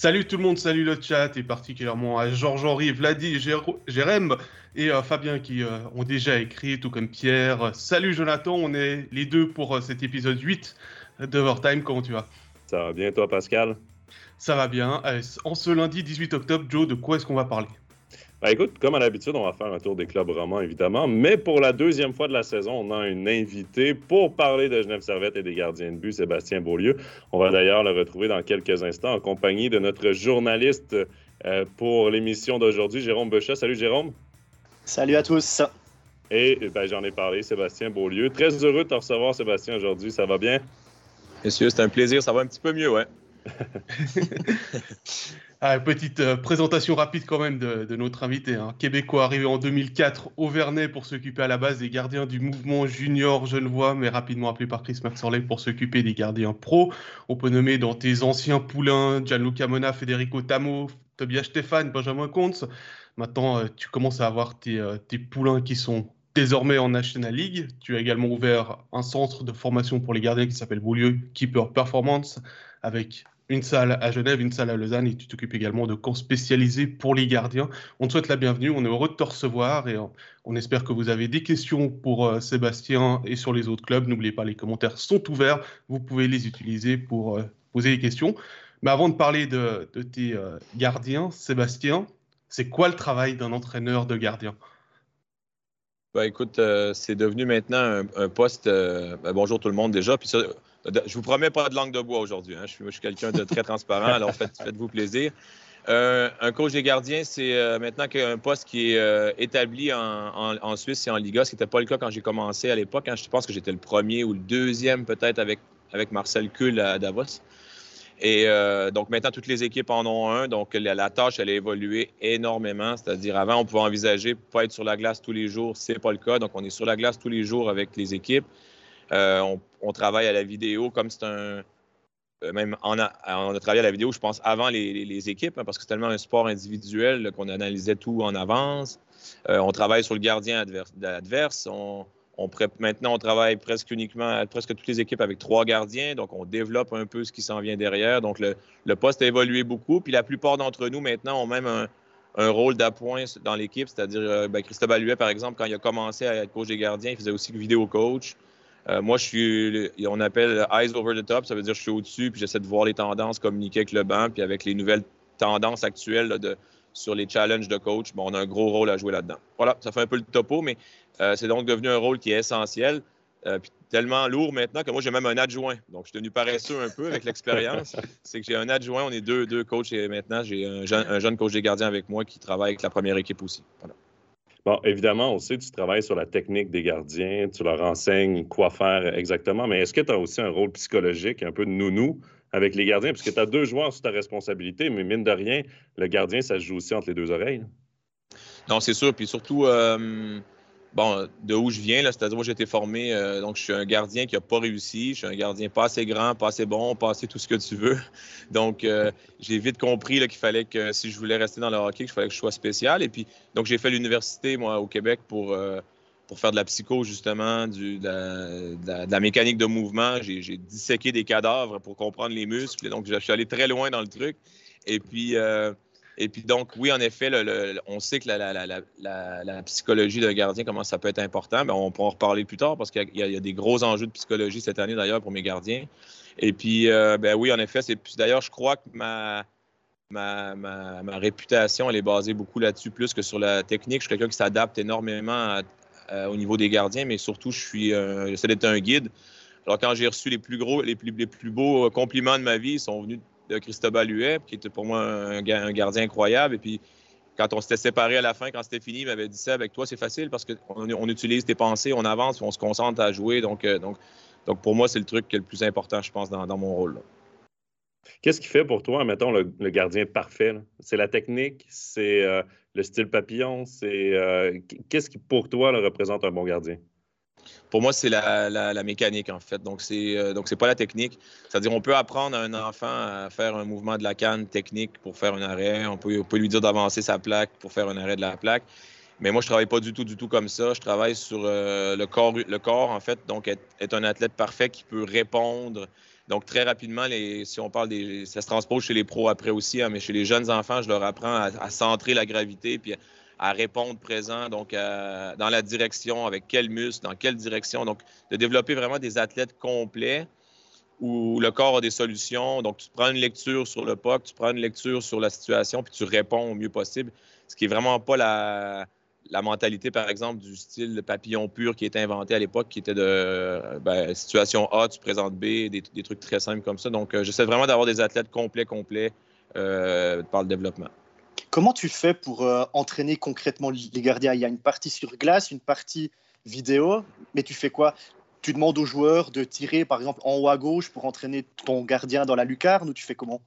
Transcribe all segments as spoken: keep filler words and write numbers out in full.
Salut tout le monde, salut le chat, et particulièrement à Georges-Henri, Vladi, Géro- Jérém et euh, Fabien qui euh, ont déjà écrit, tout comme Pierre. Salut Jonathan, on est les deux pour euh, cet épisode huit d'Overtime, comment tu vas? Ça va bien, toi, Pascal? Ça va bien. Euh, en ce lundi dix-huit octobre, Joe, de quoi est-ce qu'on va parler? Ben, écoute, comme à l'habitude, on va faire un tour des clubs romans, évidemment, mais pour la deuxième fois de la saison, on a une invitée pour parler de Genève Servette et des gardiens de but, Sébastien Beaulieu. On va d'ailleurs le retrouver dans quelques instants en compagnie de notre journaliste euh, pour l'émission d'aujourd'hui, Jérôme Bechat. Salut, Jérôme. Salut à tous. Et ben, j'en ai parlé, Sébastien Beaulieu. Très heureux de te recevoir, Sébastien, aujourd'hui. Ça va bien? Messieurs, c'est un plaisir. Ça va un petit peu mieux, ouais. Ah, petite euh, présentation rapide quand même de, de notre invité, hein. Québécois arrivé en deux mille quatre au Vernet pour s'occuper à la base des gardiens du mouvement junior genevois, mais rapidement appelé par Chris McSorley pour s'occuper des gardiens pro. On peut nommer dans tes anciens poulains Gianluca Mona, Federico Tamo, Tobias Stéphane, Benjamin Kuntz. Maintenant, euh, tu commences à avoir tes, euh, tes poulains qui sont désormais en National League. Tu as également ouvert un centre de formation pour les gardiens qui s'appelle Beaulieu Keeper Performance avec une salle à Genève, une salle à Lausanne, et tu t'occupes également de camps spécialisés pour les gardiens. On te souhaite la bienvenue, on est heureux de te recevoir et on, on espère que vous avez des questions pour euh, Sébastien et sur les autres clubs. N'oubliez pas, les commentaires sont ouverts, vous pouvez les utiliser pour euh, poser des questions. Mais avant de parler de, de tes euh, gardiens, Sébastien, c'est quoi le travail d'un entraîneur de gardien? Ben, écoute, euh, c'est devenu maintenant un, un poste. Euh, ben, bonjour tout le monde déjà. Puis ça, je vous promets pas de langue de bois aujourd'hui. Hein. Je suis, je suis quelqu'un de très transparent, alors faites, faites-vous plaisir. Euh, un coach des gardiens, c'est euh, maintenant un poste qui est euh, établi en, en, en Suisse et en Liga, ce qui n'était pas le cas quand j'ai commencé à l'époque. Hein. Je pense que j'étais le premier ou le deuxième peut-être avec, avec Marcel Kuhl à Davos. Et euh, donc maintenant, toutes les équipes en ont un. Donc la, la tâche, elle a évolué énormément. C'est-à-dire, avant, on pouvait envisager pas être sur la glace tous les jours. C'est pas le cas. Donc, on est sur la glace tous les jours avec les équipes. Euh, on, on travaille à la vidéo comme c'est un... Même en a, on a travaillé à la vidéo, je pense, avant les, les, les équipes, hein, parce que c'est tellement un sport individuel là, qu'on analysait tout en avance. Euh, on travaille sur le gardien adverse. adverse. On, on pré... Maintenant, on travaille presque uniquement, presque toutes les équipes avec trois gardiens. Donc, on développe un peu ce qui s'en vient derrière. Donc, le, le poste a évolué beaucoup. Puis, la plupart d'entre nous, maintenant, ont même un, un rôle d'appoint dans l'équipe. C'est-à-dire, euh, ben, Christophe Alluet, par exemple, quand il a commencé à être coach des gardiens, il faisait aussi le vidéo coach. Euh, moi, je suis, on appelle eyes over the top, ça veut dire que je suis au-dessus, puis j'essaie de voir les tendances, communiquer avec le banc, puis avec les nouvelles tendances actuelles là, de, sur les challenges de coach, bon, on a un gros rôle à jouer là-dedans. Voilà, ça fait un peu le topo, mais euh, c'est donc devenu un rôle qui est essentiel, euh, puis tellement lourd maintenant que moi, j'ai même un adjoint. Donc, je suis devenu paresseux un peu avec l'expérience. C'est que j'ai un adjoint, on est deux, deux coachs, et maintenant, j'ai un jeune, un jeune coach des gardiens avec moi qui travaille avec la première équipe aussi. Voilà. Bon, évidemment, on sait que tu travailles sur la technique des gardiens, tu leur enseignes quoi faire exactement, mais est-ce que tu as aussi un rôle psychologique, un peu de nounou avec les gardiens? Parce que tu as deux joueurs sous ta responsabilité, mais mine de rien, le gardien, ça se joue aussi entre les deux oreilles. Non, c'est sûr. Puis surtout, euh, bon, de où je viens, là, c'est-à-dire moi, j'ai été formé, euh, donc je suis un gardien qui n'a pas réussi. Je suis un gardien pas assez grand, pas assez bon, pas assez tout ce que tu veux. Donc, euh, j'ai vite compris là, qu'il fallait que si je voulais rester dans le hockey, qu'il fallait que je sois spécial. Et puis, donc, j'ai fait l'université, moi, au Québec pour, euh, pour faire de la psycho, justement, du, de, la, de, la, de la mécanique de mouvement. J'ai, j'ai disséqué des cadavres pour comprendre les muscles. Donc, je suis allé très loin dans le truc. Et puis... Euh, Et puis donc, oui, en effet, le, le, on sait que la, la, la, la, la psychologie d'un gardien, comment ça peut être important. Bien, on pourra en reparler plus tard parce qu'il y a, il y a des gros enjeux de psychologie cette année, d'ailleurs, pour mes gardiens. Et puis, euh, ben oui, en effet, c'est d'ailleurs, je crois que ma, ma, ma, ma réputation, elle est basée beaucoup là-dessus, plus que sur la technique. Je suis quelqu'un qui s'adapte énormément à, à, au niveau des gardiens, mais surtout, je suis, euh, j'essaie d'être un guide. Alors, quand j'ai reçu les plus gros, les plus, les plus beaux compliments de ma vie, ils sont venus de Christophe Alluet, qui était pour moi un, un gardien incroyable. Et puis, quand on s'était séparés à la fin, quand c'était fini, il m'avait dit ça, avec toi, c'est facile parce qu'on on utilise tes pensées, on avance, on se concentre à jouer. Donc, euh, donc, donc pour moi, c'est le truc qui est le plus important, je pense, dans, dans mon rôle. Là. Qu'est-ce qui fait pour toi, mettons, le, le gardien parfait? Là? C'est la technique, c'est euh, le style papillon, c'est euh, qu'est-ce qui, pour toi, là, représente un bon gardien? Pour moi, c'est la, la, la mécanique, en fait. Donc, c'est euh, donc c'est pas la technique. C'est-à-dire, on peut apprendre à un enfant à faire un mouvement de la canne technique pour faire un arrêt. On peut, on peut lui dire d'avancer sa plaque pour faire un arrêt de la plaque. Mais moi, je travaille pas du tout, du tout comme ça. Je travaille sur euh, le corps, le corps, en fait. Donc, être, être un athlète parfait qui peut répondre Donc, très rapidement, les, si on parle des... Ça se transpose chez les pros après aussi, hein, mais chez les jeunes enfants, je leur apprends à, à centrer la gravité puis à, à répondre présent, donc à, dans la direction, avec quel muscle, dans quelle direction. Donc, de développer vraiment des athlètes complets où le corps a des solutions. Donc, tu prends une lecture sur le puck, tu prends une lecture sur la situation, puis tu réponds au mieux possible. Ce qui n'est vraiment pas la, la mentalité, par exemple, du style papillon pur qui était inventé à l'époque, qui était de ben, situation A, tu présentes B, des, des trucs très simples comme ça. Donc, euh, j'essaie vraiment d'avoir des athlètes complets, complets euh, par le développement. Comment tu fais pour euh, entraîner concrètement les gardiens? Il y a une partie sur glace, une partie vidéo, mais tu fais quoi? Tu demandes aux joueurs de tirer, par exemple, en haut à gauche pour entraîner ton gardien dans la lucarne, ou tu fais comment?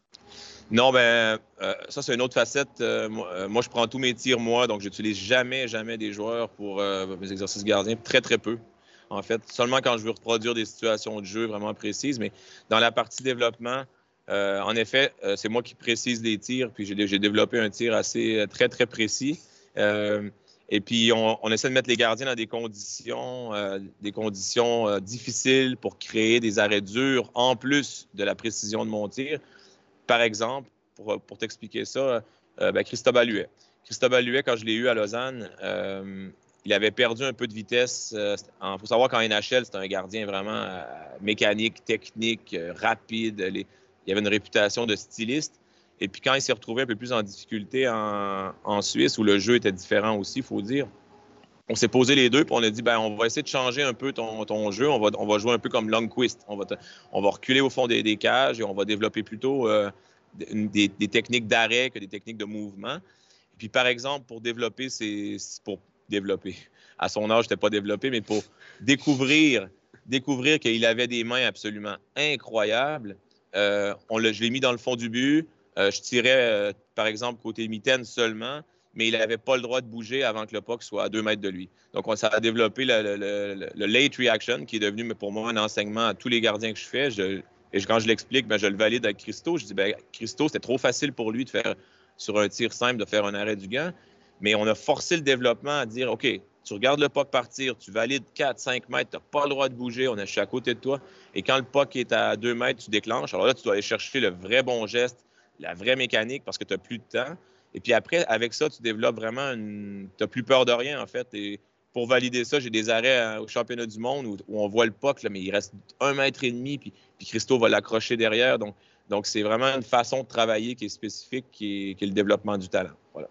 Non, ben euh, ça, c'est une autre facette. Euh, moi, euh, moi, je prends tous mes tirs, moi, donc j'utilise jamais, jamais des joueurs pour euh, mes exercices gardiens. Très, très peu, en fait. Seulement quand je veux reproduire des situations de jeu vraiment précises. Mais dans la partie développement, euh, en effet, euh, c'est moi qui précise les tirs, puis j'ai, j'ai développé un tir assez, très, très précis. Euh, Et puis, on, on essaie de mettre les gardiens dans des conditions, euh, des conditions euh, difficiles pour créer des arrêts durs, en plus de la précision de mon tir. Par exemple, pour, pour t'expliquer ça, euh, ben Christophe Alluet. Christophe Alluet, quand je l'ai eu à Lausanne, euh, il avait perdu un peu de vitesse. Il faut savoir qu'en N H L, c'est un gardien vraiment euh, mécanique, technique, euh, rapide. Les, il avait une réputation de styliste. Et puis quand il s'est retrouvé un peu plus en difficulté en, en Suisse, où le jeu était différent aussi, il faut dire, on s'est posé les deux, puis on a dit, ben on va essayer de changer un peu ton, ton jeu. On va, on va jouer un peu comme Lundqvist. On va, te, on va reculer au fond des, des cages et on va développer plutôt euh, des, des techniques d'arrêt que des techniques de mouvement. Et puis, par exemple, pour développer, c'est pour développer. À son âge, je n'étais pas développé, mais pour découvrir, découvrir qu'il avait des mains absolument incroyables, euh, on le, je l'ai mis dans le fond du but. Euh, je tirais, euh, par exemple, côté mitaine seulement, mais il n'avait pas le droit de bouger avant que le puck soit à deux mètres de lui. Donc, on, ça a développé le, le, le, le late reaction, qui est devenu pour moi un enseignement à tous les gardiens que je fais. Je, et quand je l'explique, ben, je le valide avec Christo. Je dis, ben, Christo, c'était trop facile pour lui de faire, sur un tir simple, de faire un arrêt du gant. Mais on a forcé le développement à dire, OK, tu regardes le puck partir, tu valides quatre cinq mètres, tu n'as pas le droit de bouger, on est, je suis à côté de toi. Et quand le puck est à deux mètres, tu déclenches. Alors là, tu dois aller chercher le vrai bon geste, la vraie mécanique, parce que tu n'as plus de temps. Et puis après, avec ça, tu développes vraiment une... Tu n'as plus peur de rien, en fait. Et pour valider ça, j'ai des arrêts hein, au championnat du monde où, où on voit le puck, là, mais il reste un mètre et demi, puis, puis Christo va l'accrocher derrière. Donc, donc, c'est vraiment une façon de travailler qui est spécifique, qui est, qui est le développement du talent. Voilà.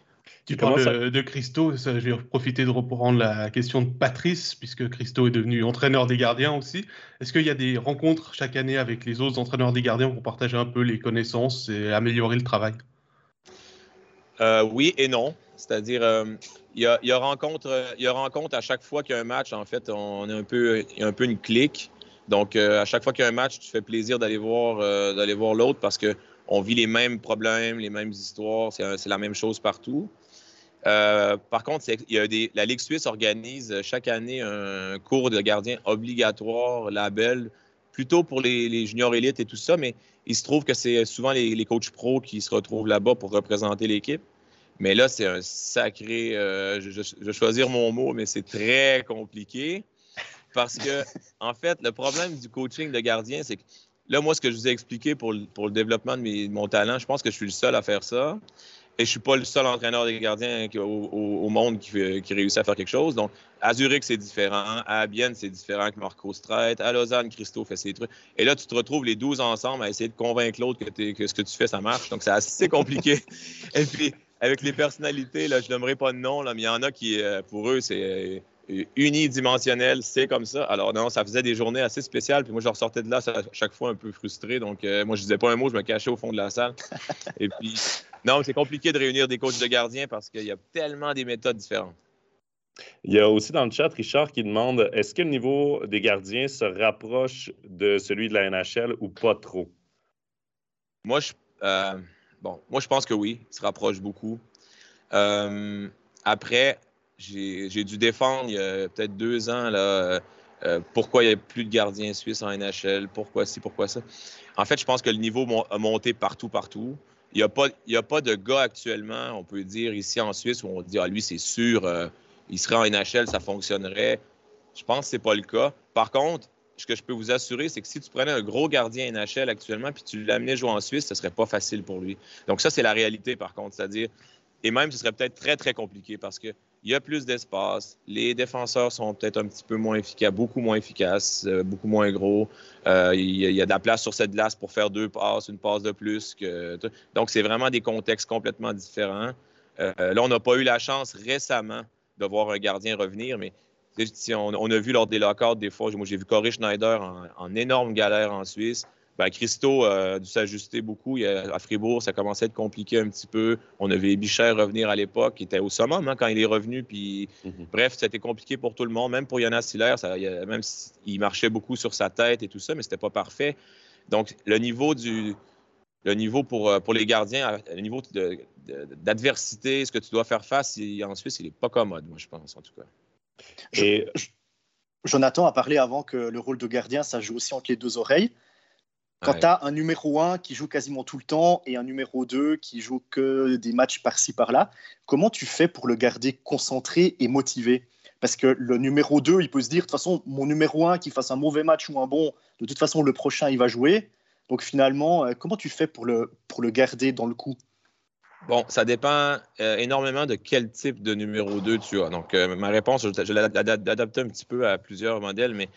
Tu parles de, de Christo, ça, je vais profiter de reprendre la question de Patrice, puisque Christo est devenu entraîneur des gardiens aussi. Est-ce qu'il y a des rencontres chaque année avec les autres entraîneurs des gardiens pour partager un peu les connaissances et améliorer le travail? Euh, oui et non. C'est-à-dire, euh, il y a, il y a rencontre, il y a rencontre à chaque fois qu'il y a un match. En fait, on est un peu, il y a un peu une clique. Donc, euh, à chaque fois qu'il y a un match, tu fais plaisir d'aller voir, euh, d'aller voir l'autre parce qu'on vit les mêmes problèmes, les mêmes histoires. C'est, c'est la même chose partout. Euh, par contre, c'est, il y a des, la Ligue suisse organise chaque année un cours de gardien obligatoire, label, plutôt pour les, les juniors élites et tout ça, mais il se trouve que c'est souvent les, les coachs pros qui se retrouvent là-bas pour représenter l'équipe. Mais là, c'est un sacré... Euh, je, je, je vais choisir mon mot, mais c'est très compliqué parce que, en fait, le problème du coaching de gardien, c'est que là, moi, ce que je vous ai expliqué pour, pour le développement de, mes, de mon talent, je pense que je suis le seul à faire ça. Et je ne suis pas le seul entraîneur des gardiens qui, au, au, au monde qui, fait, qui réussit à faire quelque chose. Donc, à Zurich, c'est différent. À Bienne, c'est différent que Marco Streit. À Lausanne, Christo fait ses trucs. Et là, tu te retrouves les douze ensemble à essayer de convaincre l'autre que, que ce que tu fais, ça marche. Donc, c'est assez compliqué. Et puis, avec les personnalités, là, je n'aimerais pas de nom, là, mais il y en a qui, pour eux, c'est unidimensionnel, c'est comme ça. Alors, non, ça faisait des journées assez spéciales. Puis moi, je ressortais de là à chaque fois un peu frustré. Donc, euh, moi, je disais pas un mot, je me cachais au fond de la salle. Et puis... Non, c'est compliqué de réunir des coachs de gardiens parce qu'il y a tellement des méthodes différentes. Il y a aussi dans le chat Richard qui demande est-ce que le niveau des gardiens se rapproche de celui de la N H L ou pas trop? Moi, je, euh, bon, moi, je pense que oui, il se rapproche beaucoup. Euh, après, j'ai, j'ai dû défendre il y a peut-être deux ans là, euh, pourquoi il n'y a plus de gardiens suisses en N H L, pourquoi ci, pourquoi ça. En fait, je pense que le niveau a monté partout, partout. Il n'y a pas, il y a pas de gars actuellement, on peut dire, ici en Suisse, où on dit « Ah, lui, c'est sûr, euh, il serait en N H L, ça fonctionnerait. » Je pense que ce n'est pas le cas. Par contre, ce que je peux vous assurer, c'est que si tu prenais un gros gardien N H L actuellement puis tu l'amenais jouer en Suisse, ce ne serait pas facile pour lui. Donc ça, c'est la réalité, par contre. C'est-à-dire, et même, ce serait peut-être très, très compliqué parce qu'il y a plus d'espace. Les défenseurs sont peut-être un petit peu moins efficaces, beaucoup moins efficaces, euh, beaucoup moins gros. Euh, il y, y a de la place sur cette glace pour faire deux passes, une passe de plus. Que... Donc, c'est vraiment des contextes complètement différents. Euh, là, on n'a pas eu la chance récemment de voir un gardien revenir, mais on, on a vu lors des lockouts des fois, moi j'ai vu Corey Schneider en, en énorme galère en Suisse. Ben, Christo euh, a dû s'ajuster beaucoup. Il a, à Fribourg, ça commençait à être compliqué un petit peu. On avait Bichère revenir à l'époque, qui était au summum hein, quand il est revenu. Puis, mm-hmm. Bref, c'était compliqué pour tout le monde, même pour Jonas Hiller. Ça, il, même s'il marchait beaucoup sur sa tête et tout ça, mais c'était pas parfait. Donc, le niveau du... Le niveau pour, pour les gardiens, le niveau de, de, d'adversité, ce que tu dois faire face il, en Suisse, il n'est pas commode, moi, je pense, en tout cas. Et... Jonathan a parlé avant que le rôle de gardien, ça joue aussi entre les deux oreilles. Quand ouais. tu as un numéro un qui joue quasiment tout le temps et un numéro deux qui joue que des matchs par-ci, par-là, comment tu fais pour le garder concentré et motivé ? Parce que le numéro deux, il peut se dire, de toute façon, mon numéro un, qu'il fasse un mauvais match ou un bon, de toute façon, le prochain, il va jouer. Donc finalement, euh, comment tu fais pour le, pour le garder dans le coup ? Bon, ça dépend euh, énormément de quel type de numéro deux tu as. Donc, euh, ma réponse, je, je l'ai adaptée un petit peu à plusieurs modèles, mais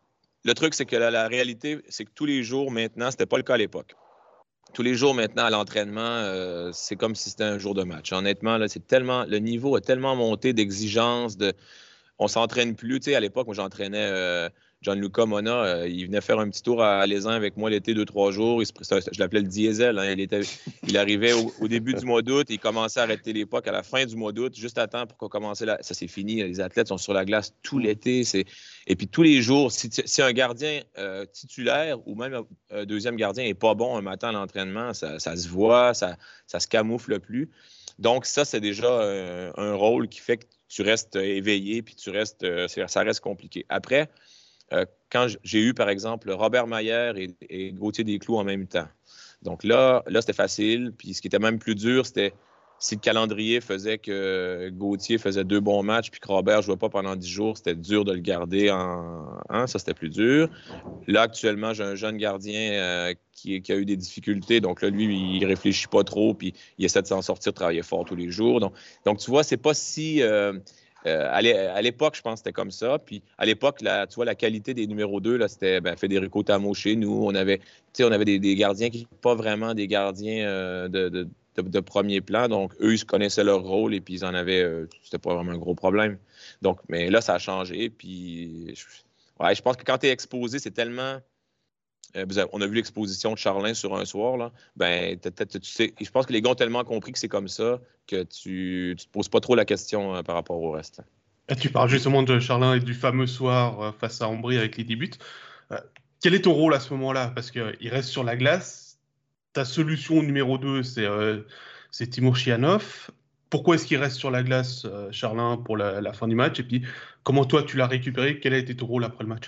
le truc, c'est que la, la réalité, c'est que tous les jours maintenant, c'était pas le cas à l'époque. Tous les jours maintenant à l'entraînement, euh, c'est comme si c'était un jour de match. Honnêtement, là, c'est tellement, le niveau a tellement monté d'exigence, de, on s'entraîne plus. Tu sais, à l'époque, moi, j'entraînais euh, Gianluca Mona. Euh, il venait faire un petit tour à Lausanne avec moi l'été, deux, trois jours. Il se, je l'appelais le diesel. Hein. Il, était, il arrivait au, au début du mois d'août. Il commençait à arrêter les pucks à la fin du mois d'août, juste à temps pour qu'on commence. La... Ça, c'est fini. Les athlètes sont sur la glace tout l'été. C'est... Et puis, tous les jours, si, si un gardien euh, titulaire ou même un deuxième gardien n'est pas bon un matin à l'entraînement, ça, ça se voit, ça ne se camoufle plus. Donc, ça, c'est déjà un, un rôle qui fait que tu restes éveillé, puis tu restes, euh, ça reste compliqué. Après, euh, quand j'ai eu, par exemple, Robert Mayer et, et Gauthier Desclous en même temps. Donc là, là c'était facile. Puis ce qui était même plus dur, c'était si le calendrier faisait que Gauthier faisait deux bons matchs, puis que Robert ne jouait pas pendant dix jours, c'était dur de le garder en... Hein, ça, c'était plus dur. Là, actuellement, j'ai un jeune gardien euh, qui, qui a eu des difficultés. Donc là, lui, il ne réfléchit pas trop, puis il essaie de s'en sortir, de travailler fort tous les jours. Donc, donc tu vois, c'est pas si... Euh, euh, à l'époque, je pense que c'était comme ça. Puis à l'époque, la, tu vois, la qualité des numéros deux, là, c'était ben, Federico Tamo chez nous. On avait, on avait des, des gardiens qui n'étaient pas vraiment des gardiens euh, de... de De, de premier plan. Donc, eux, ils connaissaient leur rôle et puis ils en avaient... Euh, c'était pas vraiment un gros problème. Donc, mais là, ça a changé. Puis, je, ouais, je pense que quand tu es exposé, c'est tellement... Euh, on a vu l'exposition de Charlin sur un soir. Là. Ben, t'as, t'as, tu sais, je pense que les gars ont tellement compris que c'est comme ça que tu ne te poses pas trop la question euh, par rapport au reste. Et tu parles justement de Charlin et du fameux soir euh, face à Ambry avec les dix buts. Euh, quel est ton rôle à ce moment-là ? Parce qu'il euh, reste sur la glace. Ta solution numéro deux, c'est, euh, c'est Timur Chianov. Pourquoi est-ce qu'il reste sur la glace, euh, Charlin, pour la, la fin du match ? Et puis, comment toi, tu l'as récupéré ? Quel a été ton rôle après le match ?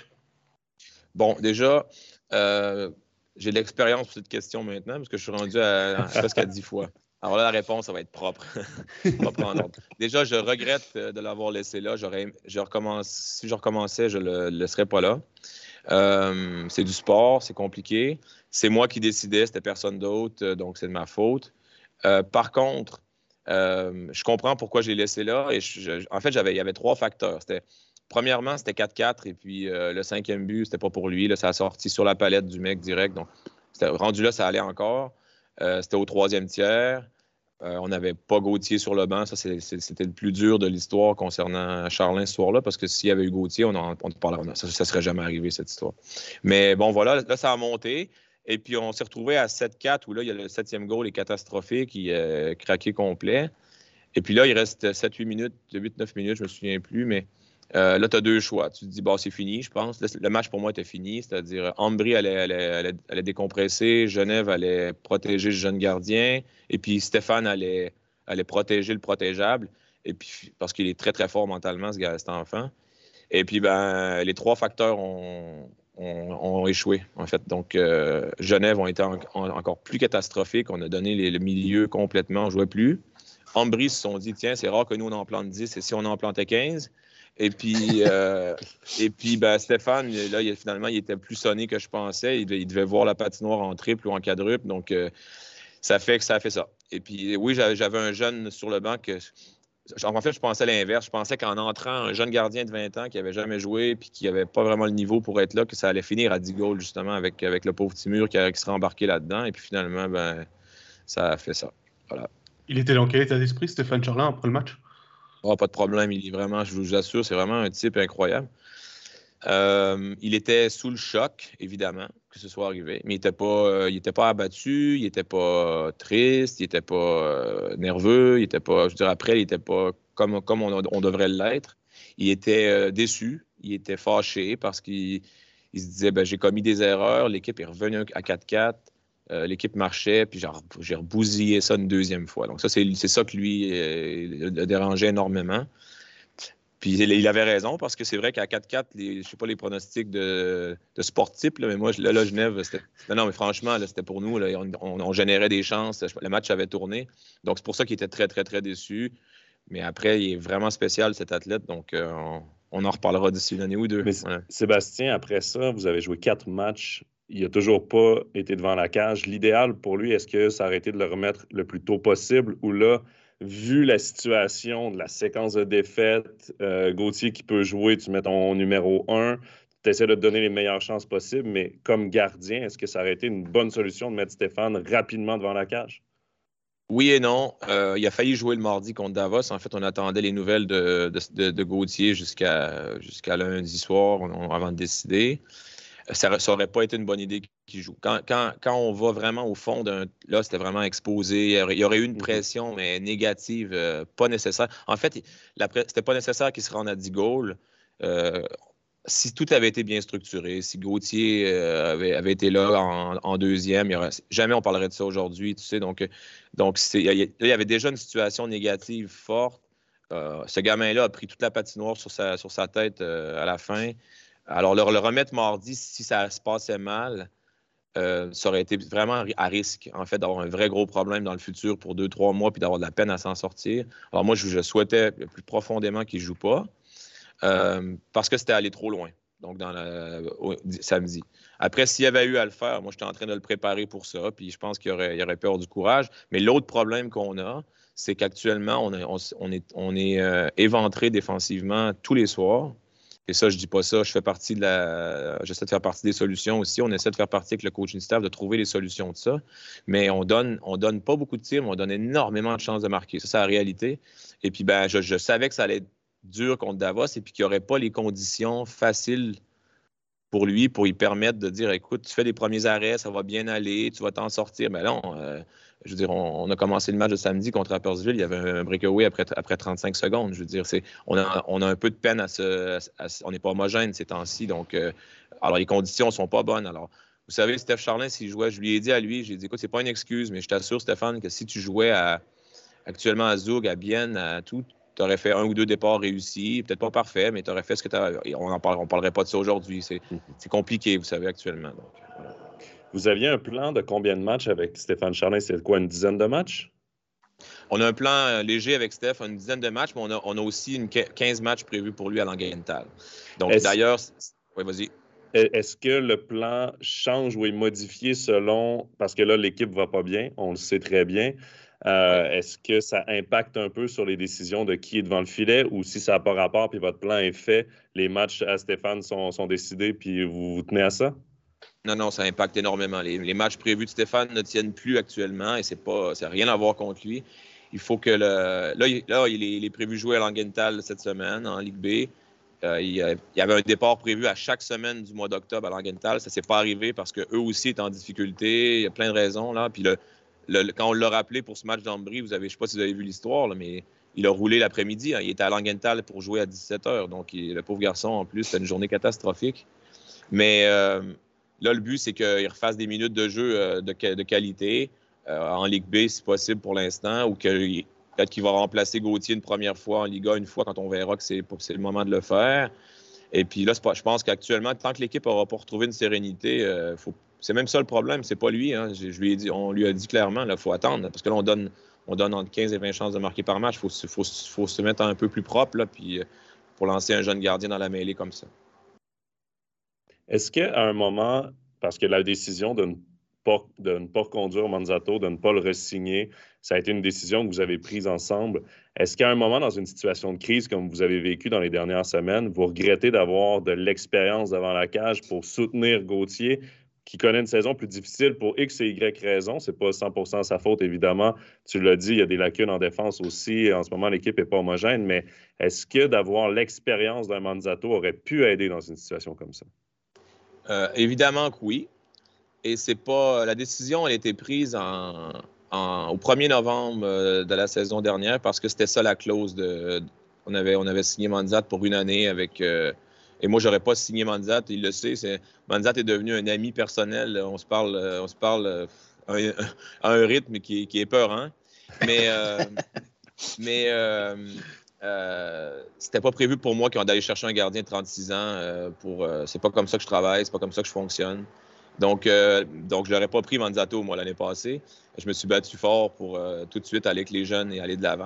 Bon, déjà, euh, j'ai de l'expérience pour cette question maintenant, parce que je suis rendu à, à presque à dix fois. Alors là, la réponse, ça va être propre. On va prendre ordre. Déjà, je regrette de l'avoir laissé là. J'aurais, je recommence, si je recommençais, je ne le laisserais pas là. Euh, c'est du sport, c'est compliqué. C'est moi qui décidais, c'était personne d'autre, donc c'est de ma faute. Euh, par contre, euh, je comprends pourquoi j'ai laissé là. Et je, je, en fait, j'avais, il y avait trois facteurs. C'était, premièrement, c'était quatre quatre, et puis euh, le cinquième but, c'était pas pour lui. Là, ça a sorti sur la palette du mec direct. Donc, c'était, rendu là, ça allait encore. Euh, c'était au troisième tiers. Euh, on n'avait pas Gauthier sur le banc. Ça, c'est, c'est, c'était le plus dur de l'histoire concernant Charlin ce soir-là, parce que s'il y avait eu Gauthier, on en, on parlerait. Ça ne serait jamais arrivé, cette histoire. Mais bon, voilà, là, ça a monté. Et puis, on s'est retrouvé à sept quatre, où là, il y a le septième goal est catastrophique, il est craqué complet. Et puis là, il reste sept huit minutes, huit neuf minutes, je ne me souviens plus, mais euh, là, tu as deux choix. Tu te dis, bon, c'est fini, je pense. Le match, pour moi, était fini, c'est-à-dire Ambry allait, allait, allait, allait décompresser, Genève allait protéger le jeune gardien, et puis Stéphane allait, allait protéger le protégeable, et puis, parce qu'il est très, très fort mentalement, ce gars, cet enfant. Et puis, ben, les trois facteurs ont... Ont, ont échoué, en fait. Donc, euh, Genève ont été en, en, encore plus catastrophiques. On a donné les, le milieu complètement. On ne jouait plus. Ambry se sont dit, tiens, c'est rare que nous, on en plante dix, et si on en plantait quinze? Et puis, euh, et puis ben, Stéphane, là, il, finalement, il était plus sonné que je pensais. Il, il devait voir la patinoire en triple ou en quadruple. Donc, euh, ça fait que ça a fait ça. Et puis, oui, j'avais un jeune sur le banc que... En fait, je pensais l'inverse. Je pensais qu'en entrant, un jeune gardien de vingt ans qui n'avait jamais joué puis qui n'avait pas vraiment le niveau pour être là, que ça allait finir à dix goals, justement, avec, avec le pauvre Timur qui, qui serait embarqué là-dedans. Et puis, finalement, ben, ça a fait ça. Voilà. Il était dans quel état d'esprit, Stéphane Charlin, après le match? Oh, pas de problème. Il est vraiment, je vous assure, c'est vraiment un type incroyable. Euh, il était sous le choc, évidemment, que ce soit arrivé, mais il n'était pas, euh, il était pas abattu, il n'était pas triste, il n'était pas euh, nerveux, il était pas, je veux dire, après, il n'était pas comme, comme on, on devrait l'être. Il était euh, déçu, il était fâché parce qu'il il se disait, ben, j'ai commis des erreurs, l'équipe est revenue à quatre quatre, euh, l'équipe marchait, puis j'ai rebousillé ça une deuxième fois. Donc ça, c'est ça que lui euh, le dérangeait énormément. Puis il avait raison, parce que c'est vrai qu'à quatre quatre, je ne sais pas les pronostics de, de sportifs, là, mais moi, là, là Genève, c'était... Non, mais franchement, c'était pour nous, là, on, on, on générait des chances, le match avait tourné. Donc, c'est pour ça qu'il était très, très, très déçu. Mais après, il est vraiment spécial, cet athlète, donc euh, on, on en reparlera d'ici une année ou deux. Mais ouais. Sébastien, après ça, vous avez joué quatre matchs. Il n'a toujours pas été devant la cage. L'idéal pour lui, est-ce que ça aurait été de le remettre le plus tôt possible ou là, vu la situation de la séquence de défaites, euh, Gauthier qui peut jouer, tu mets ton numéro un, tu essaies de te donner les meilleures chances possibles, mais comme gardien, est-ce que ça aurait été une bonne solution de mettre Stéphane rapidement devant la cage? Oui et non. Euh, il a failli jouer le mardi contre Davos. En fait, on attendait les nouvelles de, de, de Gauthier jusqu'à jusqu'à lundi soir on, avant de décider. Ça n'aurait pas été une bonne idée qu'il joue. Quand, quand, quand on va vraiment au fond d'un... Là, c'était vraiment exposé. Il y aurait, il y aurait eu une pression, mais négative, euh, pas nécessaire. En fait, c'était pas nécessaire qu'il se rende à dix goals. Euh, si tout avait été bien structuré, si Gauthier euh, avait, avait été là en, en deuxième, il y aurait, jamais on parlerait de ça aujourd'hui, tu sais. Donc, donc il y avait déjà une situation négative forte. Euh, ce gamin-là a pris toute la patinoire sur sa, sur sa tête euh, à la fin. Alors, le, le remettre mardi, si ça se passait mal, euh, ça aurait été vraiment à risque, en fait, d'avoir un vrai gros problème dans le futur pour deux, trois mois puis d'avoir de la peine à s'en sortir. Alors, moi, je, je souhaitais plus profondément qu'il ne joue pas euh, parce que c'était allé trop loin, donc dans la, au, samedi. Après, s'il y avait eu à le faire, moi, j'étais en train de le préparer pour ça, puis je pense qu'il aurait, il aurait peur du courage. Mais l'autre problème qu'on a, c'est qu'actuellement, on, on, on est, on est euh, éventré défensivement tous les soirs. Et ça, je dis pas ça, je fais partie de la... J'essaie de faire partie des solutions aussi. On essaie de faire partie avec le coaching staff, de trouver les solutions de ça. Mais on donne, on donne pas beaucoup de tirs, mais on donne énormément de chances de marquer. Ça, c'est la réalité. Et puis, ben, je, je savais que ça allait être dur contre Davos et puis qu'il n'y aurait pas les conditions faciles pour lui, pour lui permettre de dire, écoute, tu fais les premiers arrêts, ça va bien aller, tu vas t'en sortir. Mais non, euh, je veux dire, on, on a commencé le match de samedi contre Rapperswil, il y avait un breakaway après, après trente-cinq secondes. Je veux dire, c'est, on, a, on a un peu de peine à se... À, à, on n'est pas homogène ces temps-ci, donc... Euh, alors, les conditions ne sont pas bonnes. Alors, vous savez, Steph Charlin, s'il jouait, je lui ai dit à lui, j'ai dit, écoute, c'est pas une excuse, mais je t'assure, Stéphane, que si tu jouais à, actuellement à Zug, à Bienne, à tout, tu aurais fait un ou deux départs réussis, peut-être pas parfait, mais tu aurais fait ce que tu as. On ne parle, parlerait pas de ça aujourd'hui. C'est, c'est compliqué, vous savez, actuellement. Donc, voilà. Vous aviez un plan de combien de matchs avec Stéphane Charlin? C'est quoi, une dizaine de matchs? On a un plan léger avec Steph, une dizaine de matchs, mais on a, on a aussi une quinze matchs prévus pour lui à Langenthal. Donc, est-ce... d'ailleurs... Oui, vas-y. Est-ce que le plan change ou est modifié selon... Parce que là, l'équipe ne va pas bien, on le sait très bien. Euh, ouais. Est-ce que ça impacte un peu sur les décisions de qui est devant le filet ou si ça n'a pas rapport puis votre plan est fait, les matchs à Stéphane sont, sont décidés puis vous vous tenez à ça? Non, non, ça impacte énormément. Les, les matchs prévus de Stéphane ne tiennent plus actuellement et c'est pas, ça n'a rien à voir contre lui. Il faut que le... Là, il, là, il, est, il est prévu jouer à Langenthal cette semaine en Ligue B. Euh, il, il y avait un départ prévu à chaque semaine du mois d'octobre à Langenthal. Ça ne s'est pas arrivé parce qu'eux aussi étaient en difficulté. Il y a plein de raisons, là. Puis le, le, quand on l'a rappelé pour ce match d'Ambry, vous avez, je ne sais pas si vous avez vu l'histoire, là, mais il a roulé l'après-midi. Hein. Il était à Langenthal pour jouer à dix-sept heures. Donc, il, le pauvre garçon, en plus, c'était une journée catastrophique. Mais euh, là, le but, c'est qu'il refasse des minutes de jeu euh, de, de qualité euh, en Ligue B, si possible, pour l'instant, ou que... Peut-être qu'il va remplacer Gauthier une première fois en Liga, une fois quand on verra que c'est, c'est le moment de le faire. Et puis là, c'est pas, je pense qu'actuellement, tant que l'équipe n'aura pas retrouvé une sérénité, euh, faut, c'est même ça le problème, c'est pas lui. Hein. Je, je lui ai dit, on lui a dit clairement, il faut attendre, parce que là, on donne, on donne entre quinze et vingt chances de marquer par match. Il faut, faut, faut se mettre un peu plus propre là, puis, pour lancer un jeune gardien dans la mêlée comme ça. Est-ce qu'à un moment, parce que la décision de ne pas, de ne pas reconduire Manzato, de ne pas le re-signer, ça a été une décision que vous avez prise ensemble. Est-ce qu'à un moment, dans une situation de crise comme vous avez vécu dans les dernières semaines, vous regrettez d'avoir de l'expérience devant la cage pour soutenir Gauthier, qui connaît une saison plus difficile pour X et Y raisons? Ce n'est pas cent pour cent sa faute, évidemment. Tu l'as dit, il y a des lacunes en défense aussi. En ce moment, l'équipe n'est pas homogène. Mais est-ce que d'avoir l'expérience d'un Manzato aurait pu aider dans une situation comme ça? Euh, évidemment que oui. Et c'est pas. La décision, elle a été prise en, en, au premier novembre euh, de la saison dernière parce que c'était ça la clause de. On avait, on avait signé Manzat pour une année avec. Euh, et moi, j'aurais pas signé Manzat, il le sait. C'est, Manzat est devenu un ami personnel. On se parle, on se parle euh, à, un, à un rythme qui, qui est peurant. Mais. Euh, mais euh, Euh, c'était pas prévu pour moi d'aller chercher un gardien de trente-six ans. Euh, pour, euh, c'est pas comme ça que je travaille, c'est pas comme ça que je fonctionne. Donc, euh, donc je l'aurais pas pris Manzato, moi, l'année passée. Je me suis battu fort pour euh, tout de suite aller avec les jeunes et aller de l'avant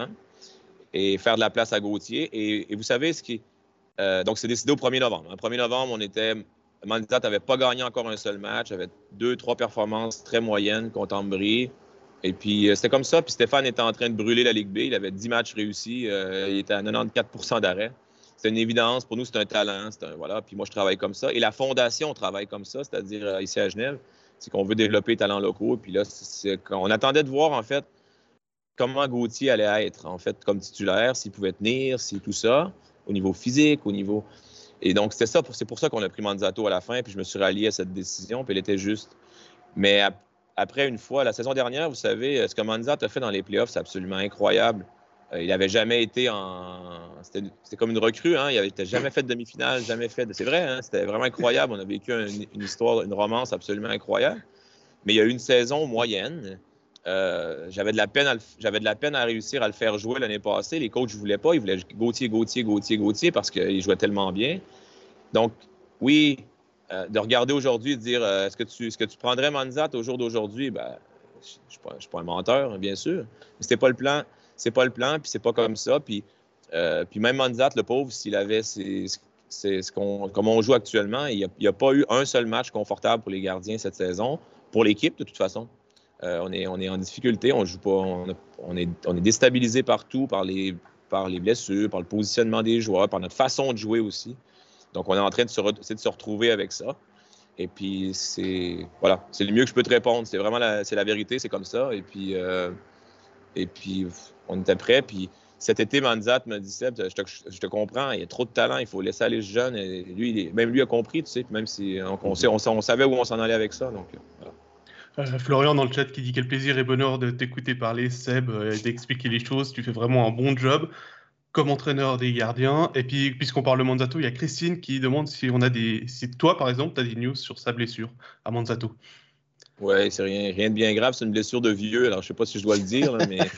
et faire de la place à Gauthier. Et, et vous savez ce qui... Euh, donc, c'est décidé au premier novembre. Le premier novembre, on était... Manzat n'avait pas gagné encore un seul match, avait deux, trois performances très moyennes contre Ambry. Et puis, euh, c'était comme ça. Puis Stéphane était en train de brûler la Ligue B. Il avait dix matchs réussis. Euh, il était à quatre-vingt-quatorze pour cent d'arrêt. C'est une évidence. Pour nous, c'est un talent. C'est un, voilà. Puis moi, je travaille comme ça. Et la Fondation travaille comme ça, c'est-à-dire euh, ici à Genève. C'est qu'on veut développer les talents locaux. Puis là, c'est, c'est, on attendait de voir, en fait, comment Gauthier allait être, en fait, comme titulaire, s'il pouvait tenir, si tout ça, au niveau physique, au niveau... Et donc, c'était ça. C'est pour ça qu'on a pris Manzato à la fin. Puis je me suis rallié à cette décision. Puis elle était juste. Mais... Après, une fois, la saison dernière, vous savez, ce que Manzat a fait dans les playoffs, c'est absolument incroyable. Euh, il n'avait jamais été en... C'était, c'était comme une recrue, hein? Il n'avait jamais fait de demi-finale, jamais fait de... C'est vrai, hein? C'était vraiment incroyable. On a vécu un, une histoire, une romance absolument incroyable. Mais il y a eu une saison moyenne. Euh, j'avais, de la peine à le... j'avais de la peine à réussir à le faire jouer l'année passée. Les coachs ne voulaient pas. Ils voulaient Gauthier, Gauthier, Gauthier, Gauthier parce qu'il jouait tellement bien. Donc, oui... Euh, de regarder aujourd'hui et de dire euh, est-ce que tu est-ce que tu prendrais Manzat au jour d'aujourd'hui? Ben, je ne suis pas un menteur, bien sûr. Mais c'était pas le plan. C'est pas le plan, puis c'est pas comme ça. Puis, euh, puis même Manzat, le pauvre, s'il avait c'est, c'est ce qu'on, comme on joue actuellement, il n'y a, a pas eu un seul match confortable pour les gardiens cette saison, pour l'équipe de toute façon. Euh, on, est, on est en difficulté, on joue pas, on, on, est, on est déstabilisé partout par les, par les blessures, par le positionnement des joueurs, par notre façon de jouer aussi. Donc, on est en train de se, re- de se retrouver avec ça. Et puis, c'est voilà, c'est le mieux que je peux te répondre. C'est vraiment la, c'est la vérité, c'est comme ça. Et puis, euh, et puis, on était prêts. Puis, cet été, Manzat m'a dit, Seb, je te, je te comprends, il y a trop de talent, il faut laisser aller ce jeune. Et lui, il est, même lui a compris, tu sais, même si on, on, sait, on, on savait où on s'en allait avec ça. Donc, voilà. Euh, Florian dans le chat qui dit quel plaisir et bonheur de t'écouter parler, Seb, euh, et d'expliquer les choses. Tu fais vraiment un bon job comme entraîneur des gardiens. Et puis, puisqu'on parle de Manzato, il y a Christine qui demande si on a des, si toi, par exemple, tu as des news sur sa blessure à Manzato. Oui, c'est rien, rien de bien grave. C'est une blessure de vieux. Alors, je ne sais pas si je dois le dire, là, mais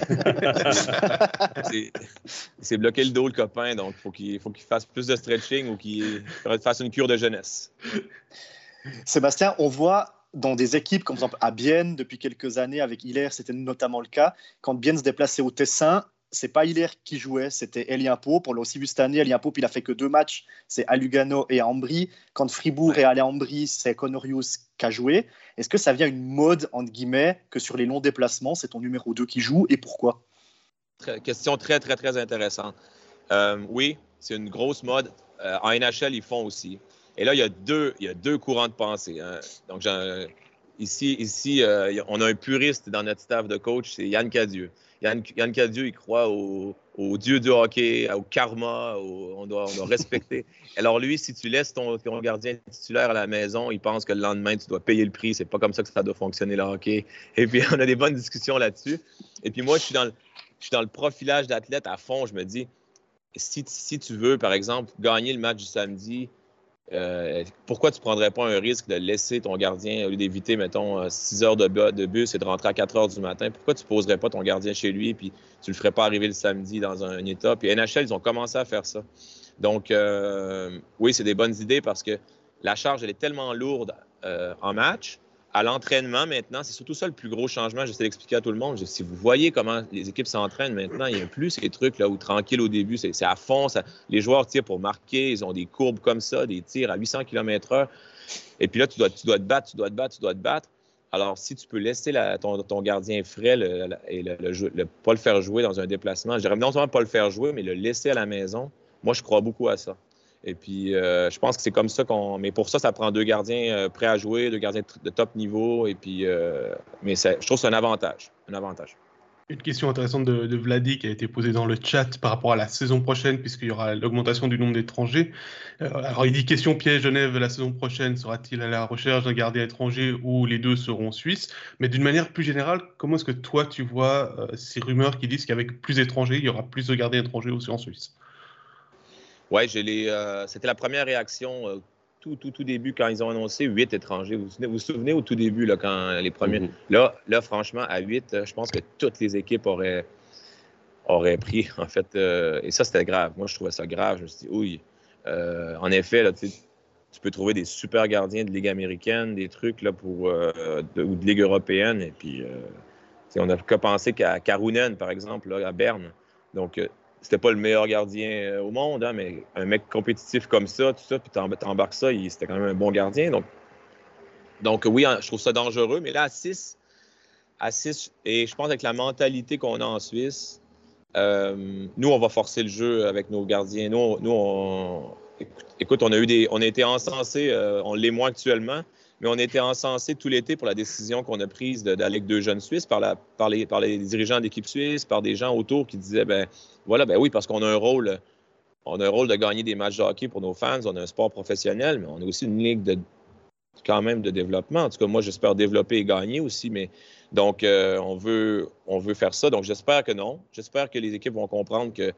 c'est, c'est bloqué le dos, le copain. Donc, faut qu'il faut qu'il fasse plus de stretching ou qu'il fasse une cure de jeunesse. Sébastien, on voit dans des équipes, comme par exemple à Bienne, depuis quelques années, avec Hilaire, c'était notamment le cas, quand Bienne se déplaçait au Tessin, c'est pas Hilaire qui jouait, c'était Elien Pope. On l'a aussi vu cette année. Elien Pope, il a fait que deux matchs, c'est à Lugano et à Ambry. Quand Fribourg ouais. est allé à Ambry, c'est Conorius qui a joué. Est-ce que ça vient une mode, entre guillemets, que sur les longs déplacements, c'est ton numéro deux qui joue et pourquoi? Très, question très, très, très intéressante. Euh, oui, c'est une grosse mode. Euh, en N H L, ils font aussi. Et là, il y a deux, il y a deux courants de pensée. Hein. Donc, ici, ici euh, on a un puriste dans notre staff de coach, c'est Yann Cadieux. Yann, Yann Cadieux, il croit au, au dieu du hockey, au karma, au, on, doit, on doit respecter. Alors lui, si tu laisses ton, ton gardien titulaire à la maison, il pense que le lendemain, tu dois payer le prix. C'est pas comme ça que ça doit fonctionner le hockey. Et puis, on a des bonnes discussions là-dessus. Et puis moi, je suis dans le, je suis dans le profilage d'athlète à fond. Je me dis, si, si tu veux, par exemple, gagner le match du samedi, Euh, pourquoi tu ne prendrais pas un risque de laisser ton gardien, au lieu d'éviter, mettons, six heures de, de bus et de rentrer à quatre heures du matin? Pourquoi tu ne poserais pas ton gardien chez lui et tu ne le ferais pas arriver le samedi dans un, un état? Puis N H L, ils ont commencé à faire ça. Donc, euh, oui, c'est des bonnes idées parce que la charge, elle est tellement lourde euh, en match à l'entraînement maintenant, c'est surtout ça le plus gros changement. J'essaie d'expliquer à tout le monde. Je, si vous voyez comment les équipes s'entraînent maintenant, il n'y a plus ces trucs là où tranquille au début, c'est, c'est à fond. Ça, les joueurs tirent pour marquer, ils ont des courbes comme ça, des tirs à huit cents kilomètres heure. Et puis là, tu dois, tu dois te battre, tu dois te battre, tu dois te battre. Alors, si tu peux laisser la, ton, ton gardien frais le, le, et le, le, le, pas le faire jouer dans un déplacement, je dirais non seulement pas le faire jouer, mais le laisser à la maison, moi, je crois beaucoup à ça. Et puis, euh, je pense que c'est comme ça qu'on... Mais pour ça, ça prend deux gardiens euh, prêts à jouer, deux gardiens de top niveau. Et puis, euh... mais je trouve que c'est un avantage. Un avantage. Une question intéressante de, de Vladi qui a été posée dans le chat par rapport à la saison prochaine, puisqu'il y aura l'augmentation du nombre d'étrangers. Euh, alors, il dit question piège, Genève, la saison prochaine, sera-t-il à la recherche d'un gardien étranger ou les deux seront suisses? Mais d'une manière plus générale, comment est-ce que toi, tu vois euh, ces rumeurs qui disent qu'avec plus d'étrangers, il y aura plus de gardiens étrangers aussi en Suisse? Oui, euh, c'était la première réaction euh, tout, tout, tout début quand ils ont annoncé huit étrangers. Vous vous souvenez, vous vous souvenez au tout début, là, quand les premiers. Mm-hmm. Là, là, franchement, à huit, je pense que toutes les équipes auraient, auraient pris, en fait. Euh, et ça, c'était grave. Moi, je trouvais ça grave. Je me suis dit, oui. Euh, en effet, là, tu peux trouver des super gardiens de Ligue américaine, des trucs là, pour, euh, de, ou de Ligue européenne. Et puis, euh, on n'a qu'à penser qu'à Karunen, par exemple, là, à Berne. Donc, euh, c'était pas le meilleur gardien euh, au monde, hein, mais un mec compétitif comme ça, tout ça, puis t'embarques ça, il, c'était quand même un bon gardien. Donc, donc oui, je trouve ça dangereux, mais là, à six, à six, et je pense avec la mentalité qu'on a en Suisse, euh, nous, on va forcer le jeu avec nos gardiens. Nous, nous on, écoute, on a eu des, on a été encensés, euh, on l'est moins actuellement, mais on a été encensés tout l'été pour la décision qu'on a prise d'aller avec deux jeunes Suisses par, la, par, les, par les dirigeants d'équipe suisse, par des gens autour qui disaient, ben voilà, ben oui, parce qu'on a un rôle, on a un rôle de gagner des matchs de hockey pour nos fans, on a un sport professionnel, mais on a aussi une ligue de, quand même de développement. En tout cas, moi, j'espère développer et gagner aussi, mais donc, euh, on veut, on veut faire ça. Donc, j'espère que non. J'espère que les équipes vont comprendre que,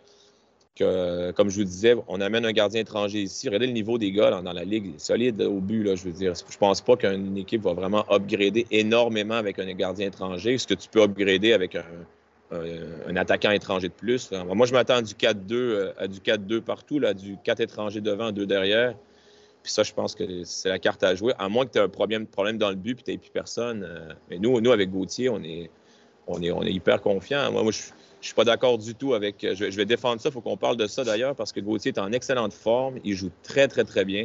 que, comme je vous disais, on amène un gardien étranger ici. Regardez le niveau des gars là, dans la ligue, solide au but, là, je veux dire. Je pense pas qu'une équipe va vraiment upgrader énormément avec un gardien étranger. Ce que tu peux upgrader avec un, un, un attaquant étranger de plus. Là. Moi, je m'attends à du quatre deux, à du quatre deux partout, là, du quatre étrangers devant, deux derrière. Puis ça, je pense que c'est la carte à jouer, à moins que tu aies un problème, problème dans le but et que tu n'aies plus personne. Mais nous, nous avec Gauthier, on est, on est, on est hyper confiants. Moi, moi je ne suis pas d'accord du tout avec... Je, je vais défendre ça, il faut qu'on parle de ça d'ailleurs, parce que Gauthier est en excellente forme. Il joue très, très, très bien.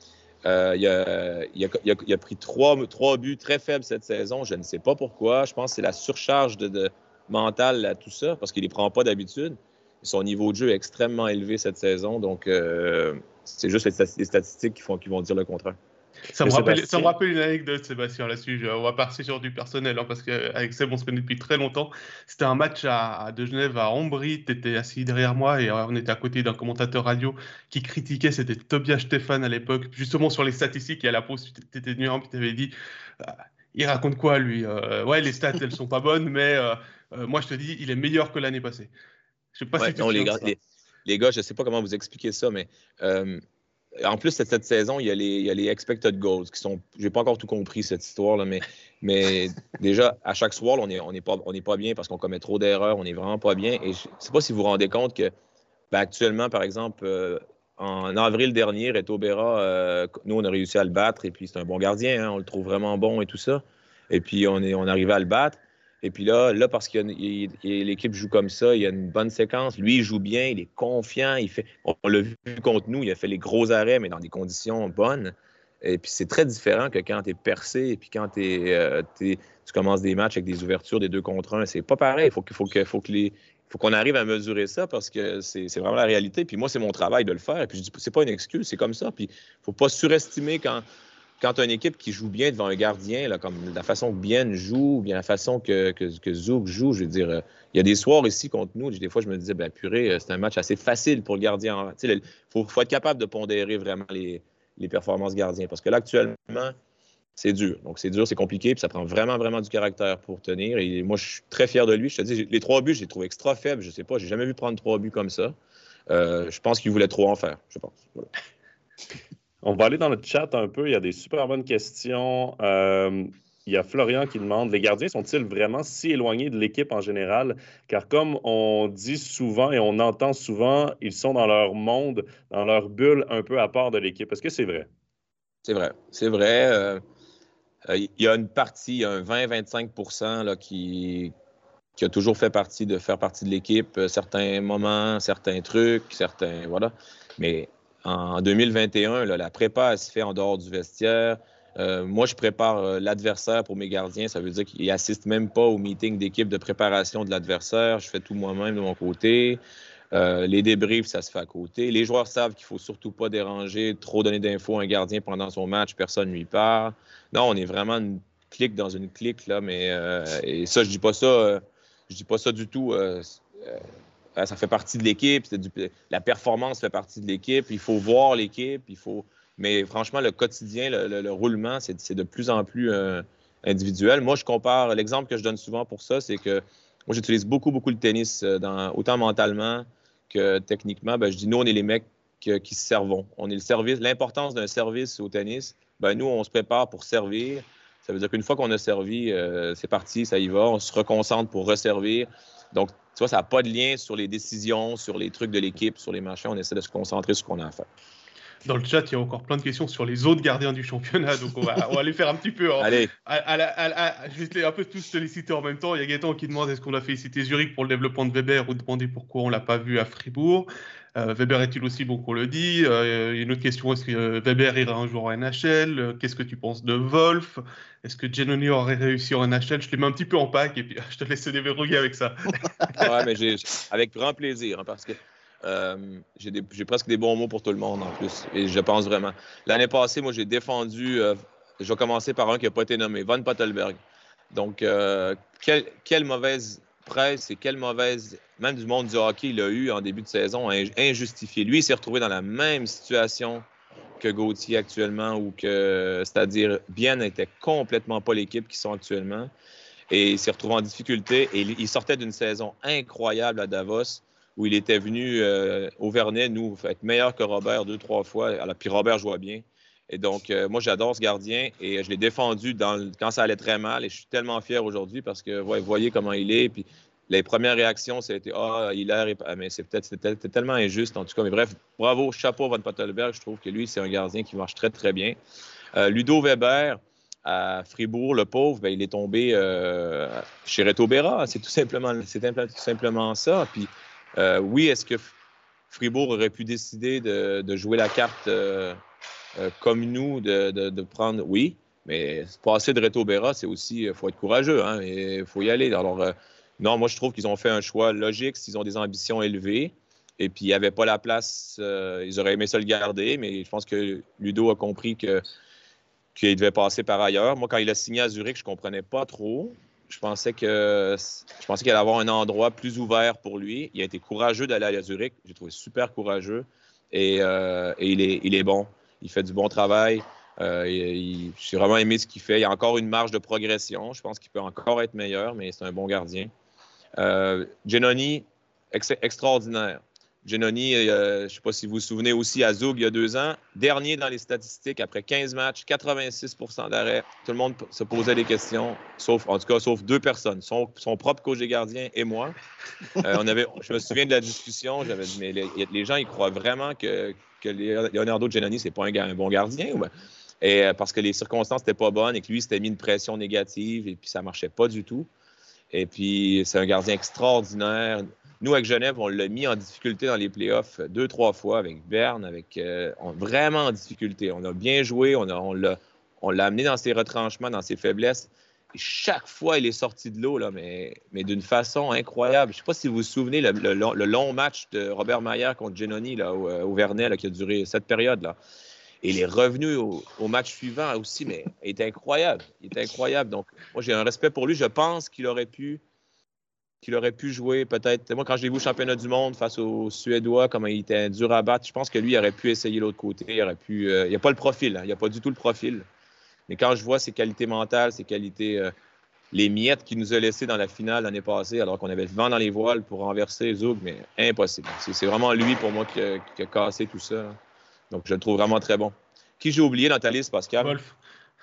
Euh, il, a, il, a, il, a, il a pris trois, trois buts très faibles cette saison. Je ne sais pas pourquoi. Je pense que c'est la surcharge de, de mentale à tout ça, parce qu'il ne les prend pas d'habitude. Son niveau de jeu est extrêmement élevé cette saison, donc euh, c'est juste les statistiques qui, font, qui vont dire le contraire. Ça me, rappelle, ça me rappelle une anecdote, Sébastien, là-dessus. On va partir sur du personnel, hein, parce qu'avec Seb, on se connaît depuis très longtemps. C'était un match à, à de Genève à Ambry. Tu étais assis derrière moi et on était à côté d'un commentateur radio qui critiquait, c'était Tobias Stéphane à l'époque, justement sur les statistiques. Et à la pause, tu étais venu et tu avais dit euh, il raconte quoi, lui euh, Ouais, les stats, elles sont pas bonnes, mais euh, euh, moi, je te dis, il est meilleur que l'année passée. Je sais pas ouais, si tu non, te les, gars, les, les gars, je ne sais pas comment vous expliquer ça, mais euh, en plus, cette, cette saison, il y, a les, il y a les expected goals qui sont. Je n'ai pas encore tout compris, cette histoire-là, mais, mais déjà, à chaque soir, on n'est on est pas, on est pas bien parce qu'on commet trop d'erreurs, on n'est vraiment pas bien. Et je ne sais pas si vous vous rendez compte que, ben, actuellement, par exemple, euh, en avril dernier, Reto Berra, euh, nous, on a réussi à le battre, et puis c'est un bon gardien, hein, on le trouve vraiment bon et tout ça. Et puis, on est, on arrivait à le battre. Et puis là, là parce que l'équipe joue comme ça, il y a une bonne séquence. Lui, il joue bien, il est confiant. Il fait, on l'a vu contre nous, il a fait les gros arrêts, mais dans des conditions bonnes. Et puis c'est très différent que quand tu es percé et puis quand t'es, euh, t'es, tu commences des matchs avec des ouvertures des deux contre un. C'est pas pareil. Il faut, faut, que, faut, que les, faut qu'on arrive à mesurer ça parce que c'est, c'est vraiment la réalité. Puis moi, c'est mon travail de le faire. Et puis je dis, c'est pas une excuse, c'est comme ça. Puis il faut pas surestimer quand... Quand tu as une équipe qui joue bien devant un gardien, là, comme la façon que Bien joue, ou bien la façon que, que, que Zouk joue, je veux dire, euh, il y a des soirs ici contre nous, des fois je me disais, ben purée, c'est un match assez facile pour le gardien. Il faut, faut être capable de pondérer vraiment les, les performances gardiens, parce que là, actuellement, c'est dur. Donc c'est dur, c'est compliqué, puis ça prend vraiment, vraiment du caractère pour tenir. Et moi, je suis très fier de lui. Je te dis, les trois buts, je les trouve extra faibles. Je sais pas, j'ai jamais vu prendre trois buts comme ça. Euh, je pense qu'il voulait trop en faire, je pense. Voilà. On va aller dans le chat un peu. Il y a des super bonnes questions. Euh, il y a Florian qui demande, les gardiens sont-ils vraiment si éloignés de l'équipe en général? Car comme on dit souvent et on entend souvent, ils sont dans leur monde, dans leur bulle un peu à part de l'équipe. Est-ce que c'est vrai? C'est vrai. C'est vrai. Euh, Euh, il y a une partie, un vingt à vingt-cinq pour cent là, qui, qui a toujours fait partie de faire partie de l'équipe, euh, certains moments, certains trucs, certains. Voilà. Mais en deux mille vingt et un, là, la prépa, elle se fait en dehors du vestiaire. Euh, moi, je prépare euh, l'adversaire pour mes gardiens. Ça veut dire qu'ils n'assistent même pas au meeting d'équipe de préparation de l'adversaire. Je fais tout moi-même de mon côté. Euh, les débriefs, ça se fait à côté. Les joueurs savent qu'il ne faut surtout pas déranger, trop donner d'infos à un gardien pendant son match, personne ne lui parle. Non, on est vraiment une clique dans une clique, là, mais euh, et ça, je dis pas ça, euh, je dis pas ça du tout. Euh, euh, ça fait partie de l'équipe, du, la performance fait partie de l'équipe, il faut voir l'équipe, il faut. Mais franchement, le quotidien, le, le, le roulement, c'est, c'est de plus en plus euh, individuel. Moi, je compare, l'exemple que je donne souvent pour ça, c'est que moi, j'utilise beaucoup, beaucoup le tennis, dans, autant mentalement que techniquement. Ben, je dis, nous, on est les mecs que, qui se servons. On est le service. L'importance d'un service au tennis, ben, nous, on se prépare pour servir. Ça veut dire qu'une fois qu'on a servi, euh, c'est parti, ça y va. On se reconcentre pour resservir. Donc, tu vois, ça n'a pas de lien sur les décisions, sur les trucs de l'équipe, sur les machins. On essaie de se concentrer sur ce qu'on a à faire. Dans le chat, il y a encore plein de questions sur les autres gardiens du championnat, donc on va, on va les faire un petit peu. Hein. Allez. À, à, à, à, je vais te les, un peu tous te les citer en même temps. Il y a Gaëtan qui demande est-ce qu'on a félicité Zurich pour le développement de Weber ou demander pourquoi on ne l'a pas vu à Fribourg. Euh, Weber est-il aussi bon qu'on le dit euh, Il y a une autre question est-ce que euh, Weber ira un jour en N H L euh, Qu'est-ce que tu penses de Wolf Est-ce que Giannoni aurait réussi en N H L Je les mets un petit peu en pack et puis je te laisse se déverrouiller avec ça. Ouais, mais j'ai, avec grand plaisir, hein, parce que Euh, j'ai, des, j'ai presque des bons mots pour tout le monde en plus, et je pense vraiment. L'année passée, moi, j'ai défendu, euh, je vais commencer par un qui n'a pas été nommé, Von Pottelberg. Donc, euh, quelle, quelle mauvaise presse et quelle mauvaise, même du monde du hockey, il a eu en début de saison, injustifié. Lui, il s'est retrouvé dans la même situation que Gauthier actuellement, ou que, c'est-à-dire, Bien n'était complètement pas l'équipe qu'ils sont actuellement, et il s'est retrouvé en difficulté, et il sortait d'une saison incroyable à Davos, où il était venu euh, au Vernet, nous, être meilleur que Robert deux, trois fois. Alors, puis Robert jouait bien. Et donc, euh, moi, j'adore ce gardien et je l'ai défendu dans le... quand ça allait très mal. Et je suis tellement fier aujourd'hui parce que, ouais, vous voyez comment il est. Puis les premières réactions, c'était « Ah, il a... » Mais c'est peut-être c'était, c'était tellement injuste, en tout cas. Mais bref, bravo, chapeau Von Pottelberg. Je trouve que lui, c'est un gardien qui marche très, très bien. Euh, Ludo Weber, à Fribourg, le pauvre, bien, il est tombé euh, chez Reto Berra. C'est tout simplement, c'est tout simplement ça. Puis, Euh, oui, est-ce que Fribourg aurait pu décider de, de jouer la carte euh, euh, comme nous, de, de, de prendre... Oui, mais passer de Reto Berra, c'est aussi... Il faut être courageux, hein, il faut y aller. Alors, euh, non, moi, je trouve qu'ils ont fait un choix logique s'ils ont des ambitions élevées. Et puis, il n'y avait pas la place. Euh, ils auraient aimé ça le garder, mais je pense que Ludo a compris que, qu'il devait passer par ailleurs. Moi, quand il a signé à Zurich, je ne comprenais pas trop. Je pensais que je pensais qu'il allait avoir un endroit plus ouvert pour lui. Il a été courageux d'aller à Zurich. J'ai trouvé super courageux. Et, euh, et il, est, il est bon. Il fait du bon travail. Euh, il, il, j'ai vraiment aimé ce qu'il fait. Il y a encore une marge de progression. Je pense qu'il peut encore être meilleur, mais c'est un bon gardien. Euh, Giannoni, ex- extraordinaire. Giannoni, euh, je ne sais pas si vous vous souvenez aussi, à Zug, il y a deux ans, dernier dans les statistiques, après quinze matchs, quatre-vingt-six pour cent d'arrêt. Tout le monde se posait des questions, sauf, en tout cas, sauf deux personnes, son, son propre coach des gardiens et moi. Euh, on avait, je me souviens de la discussion, j'avais dit, mais les, les gens, ils croient vraiment que, que Leonardo Giannoni, c'est pas un, un bon gardien? Ou... Et, parce que les circonstances n'étaient pas bonnes et que lui, s'était mis une pression négative et puis ça ne marchait pas du tout. Et puis, c'est un gardien extraordinaire. Nous, avec Genève, on l'a mis en difficulté dans les playoffs deux, trois fois avec Berne, avec euh, on, vraiment en difficulté. On a bien joué, on, a, on, l'a, on l'a amené dans ses retranchements, dans ses faiblesses. Et chaque fois, il est sorti de l'eau, là, mais, mais d'une façon incroyable. Je ne sais pas si vous vous souvenez, le, le, long, le long match de Robert Mayer contre Giannoni là, au, au Vernet, là, qui a duré cette période-là. Et il est revenu au, au match suivant aussi, mais il est incroyable. Il est incroyable. Donc, moi, j'ai un respect pour lui. Je pense qu'il aurait pu, qu'il aurait pu jouer peut-être... Moi, quand je l'ai vu au championnat du monde face aux Suédois, comment il était dur à battre, je pense que lui, il aurait pu essayer l'autre côté. Il aurait pu... Euh, il n'y a pas le profil. Hein. Il n'y a pas du tout le profil. Mais quand je vois ses qualités mentales, ses qualités... Euh, les miettes qu'il nous a laissées dans la finale l'année passée, alors qu'on avait le vent dans les voiles pour renverser Zug, mais impossible. C'est, c'est vraiment lui, pour moi, qui a, qui a cassé tout ça. Hein. Donc, je le trouve vraiment très bon. Qui j'ai oublié dans ta liste, Pascal? Wolf.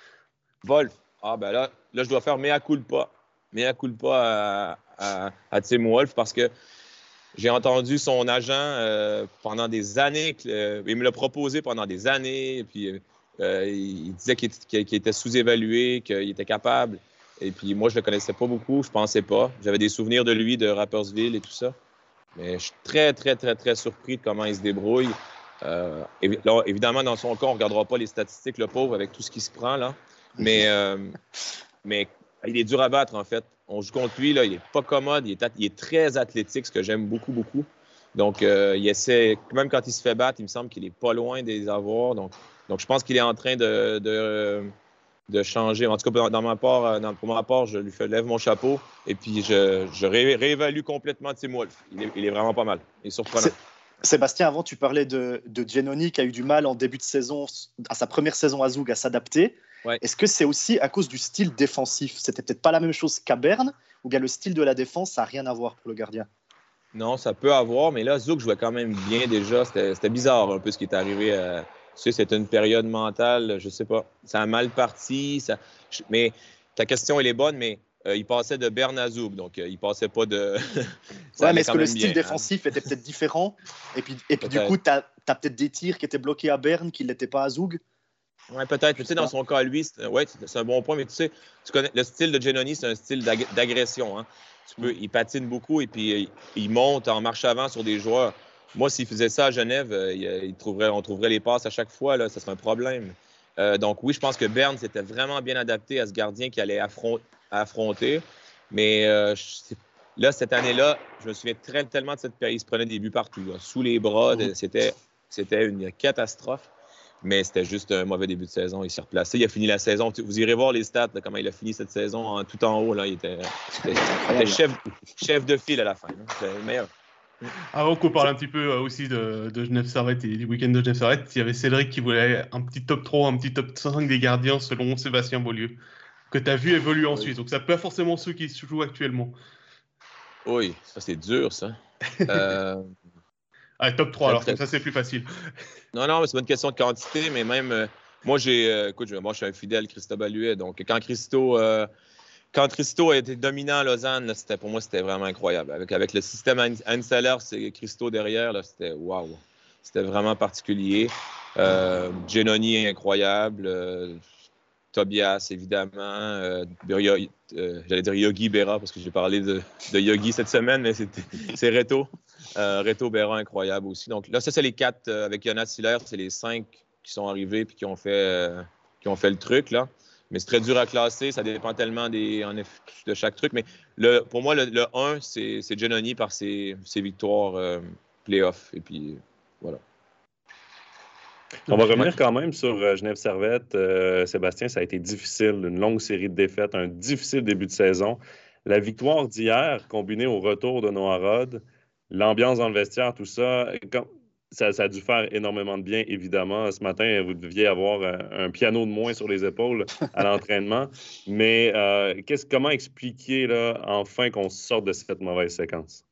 Wolf. Ah, ben là, là je dois faire mea culpa. Mea culpa à, à, à Tim Wolf parce que j'ai entendu son agent euh, pendant des années. Euh, il me l'a proposé pendant des années. Et puis, euh, Euh, il, il disait qu'il était, qu'il était sous-évalué, qu'il était capable. Et puis moi, je le connaissais pas beaucoup, je pensais pas. J'avais des souvenirs de lui, de Rapperswil et tout ça. Mais je suis très, très, très, très surpris de comment il se débrouille. Euh, évi- là, évidemment, dans son cas, on ne regardera pas les statistiques, le pauvre, avec tout ce qui se prend, là. Mais, euh, mais il est dur à battre, en fait. On joue contre lui, là, il n'est pas commode, il est, il est très athlétique, ce que j'aime beaucoup, beaucoup. Donc, euh, il essaie, même quand il se fait battre, il me semble qu'il n'est pas loin de les avoir. Donc, donc je pense qu'il est en train de, de, de changer. En tout cas, dans ma part, dans, pour ma part, je lui fais, lève mon chapeau et puis je, je ré, réévalue complètement Tim Wolf. Il est, il est vraiment pas mal. Il est surprenant. C'est... Sébastien, avant, tu parlais de, de Giannoni qui a eu du mal en début de saison, à sa première saison à Zug, à s'adapter. Ouais. Est-ce que c'est aussi à cause du style défensif? C'était peut-être pas la même chose qu'à Berne, ou bien le style de la défense, ça n'a rien à voir pour le gardien? Non, ça peut avoir, mais là, Zug jouait quand même bien déjà. C'était, c'était bizarre un peu ce qui est arrivé. À... Tu sais, c'était une période mentale, je sais pas. Ça a mal parti. Ça... Mais ta question, elle est bonne, mais euh, il passait de Berne à Zug, donc euh, il passait pas de. Ouais, mais est-ce que le style bien, défensif hein? était peut-être différent? Et puis, et puis du coup, tu as peut-être des tirs qui étaient bloqués à Berne qui ne l'étaient pas à Zug? Oui, peut-être. Tu sais, dans son cas, lui, c'est, ouais, c'est un bon point, mais tu sais, tu connais, le style de Giannoni, c'est un style d'ag- d'agression. Hein. Tu peux, il patine beaucoup et puis il monte en marche avant sur des joueurs. Moi, s'il faisait ça à Genève, il, il trouverait, on trouverait les passes à chaque fois. Là, ça serait un problème. Euh, donc oui, je pense que Berne s'était vraiment bien adapté à ce gardien qu'il allait affron- affronter. Mais euh, je, là, cette année-là, je me souviens très, tellement de cette période. Il se prenait des buts partout, là, sous les bras. De, c'était, c'était une catastrophe. Mais c'était juste un mauvais début de saison. Il s'est replacé. Il a fini la saison. Vous irez voir les stats, là, comment il a fini cette saison en, tout en haut. Là. Il était, était, était chef, chef de file à la fin. Hein. C'était le meilleur. Avant qu'on parle un petit peu aussi de, de Genève Servette et du week-end de Genève Servette, il y avait Cédric qui voulait un petit top trois, un petit top cinq des gardiens selon Sébastien Beaulieu, que tu as vu évoluer en oui. Suisse. Donc ça peut pas forcément ceux qui se jouent actuellement. Oui, ça c'est dur, ça. euh... Ah, top trois, alors, comme ça c'est plus facile. Non, non, mais c'est pas une question de quantité, mais même, euh, moi, j'ai, euh, écoute, je, moi, je suis un fidèle Christo Baluet, donc quand Christo, euh, quand Christo a été dominant à Lausanne, là, c'était, pour moi, c'était vraiment incroyable. Avec, avec le système Anne-Sellers et Christo derrière, là, c'était waouh. C'était vraiment particulier. Euh, Giannoni, incroyable. Euh, Tobias, évidemment. Euh, euh, j'allais dire Yogi Berra, parce que j'ai parlé de, de Yogi cette semaine, mais c'était, c'est Reto. Euh, Reto Berra, incroyable aussi. Donc là, ça, c'est les quatre euh, avec Jonas Siller, c'est les cinq qui sont arrivés et qui ont fait, euh, qui ont fait le truc, là. Mais c'est très dur à classer, ça dépend tellement des, en effet, de chaque truc. Mais le, pour moi, le, le un, c'est, c'est Giannoni par ses, ses victoires euh, play-off. Et puis, voilà. On va revenir quand même sur euh, Genève Servette. Euh, Sébastien, ça a été difficile, une longue série de défaites, un difficile début de saison. La victoire d'hier, combinée au retour de Noah Rod, l'ambiance dans le vestiaire, tout ça, quand, ça, ça a dû faire énormément de bien, évidemment. Ce matin, vous deviez avoir un, un piano de moins sur les épaules à l'entraînement. Mais euh, qu'est-ce, comment expliquer là, enfin qu'on sorte de cette mauvaise séquence?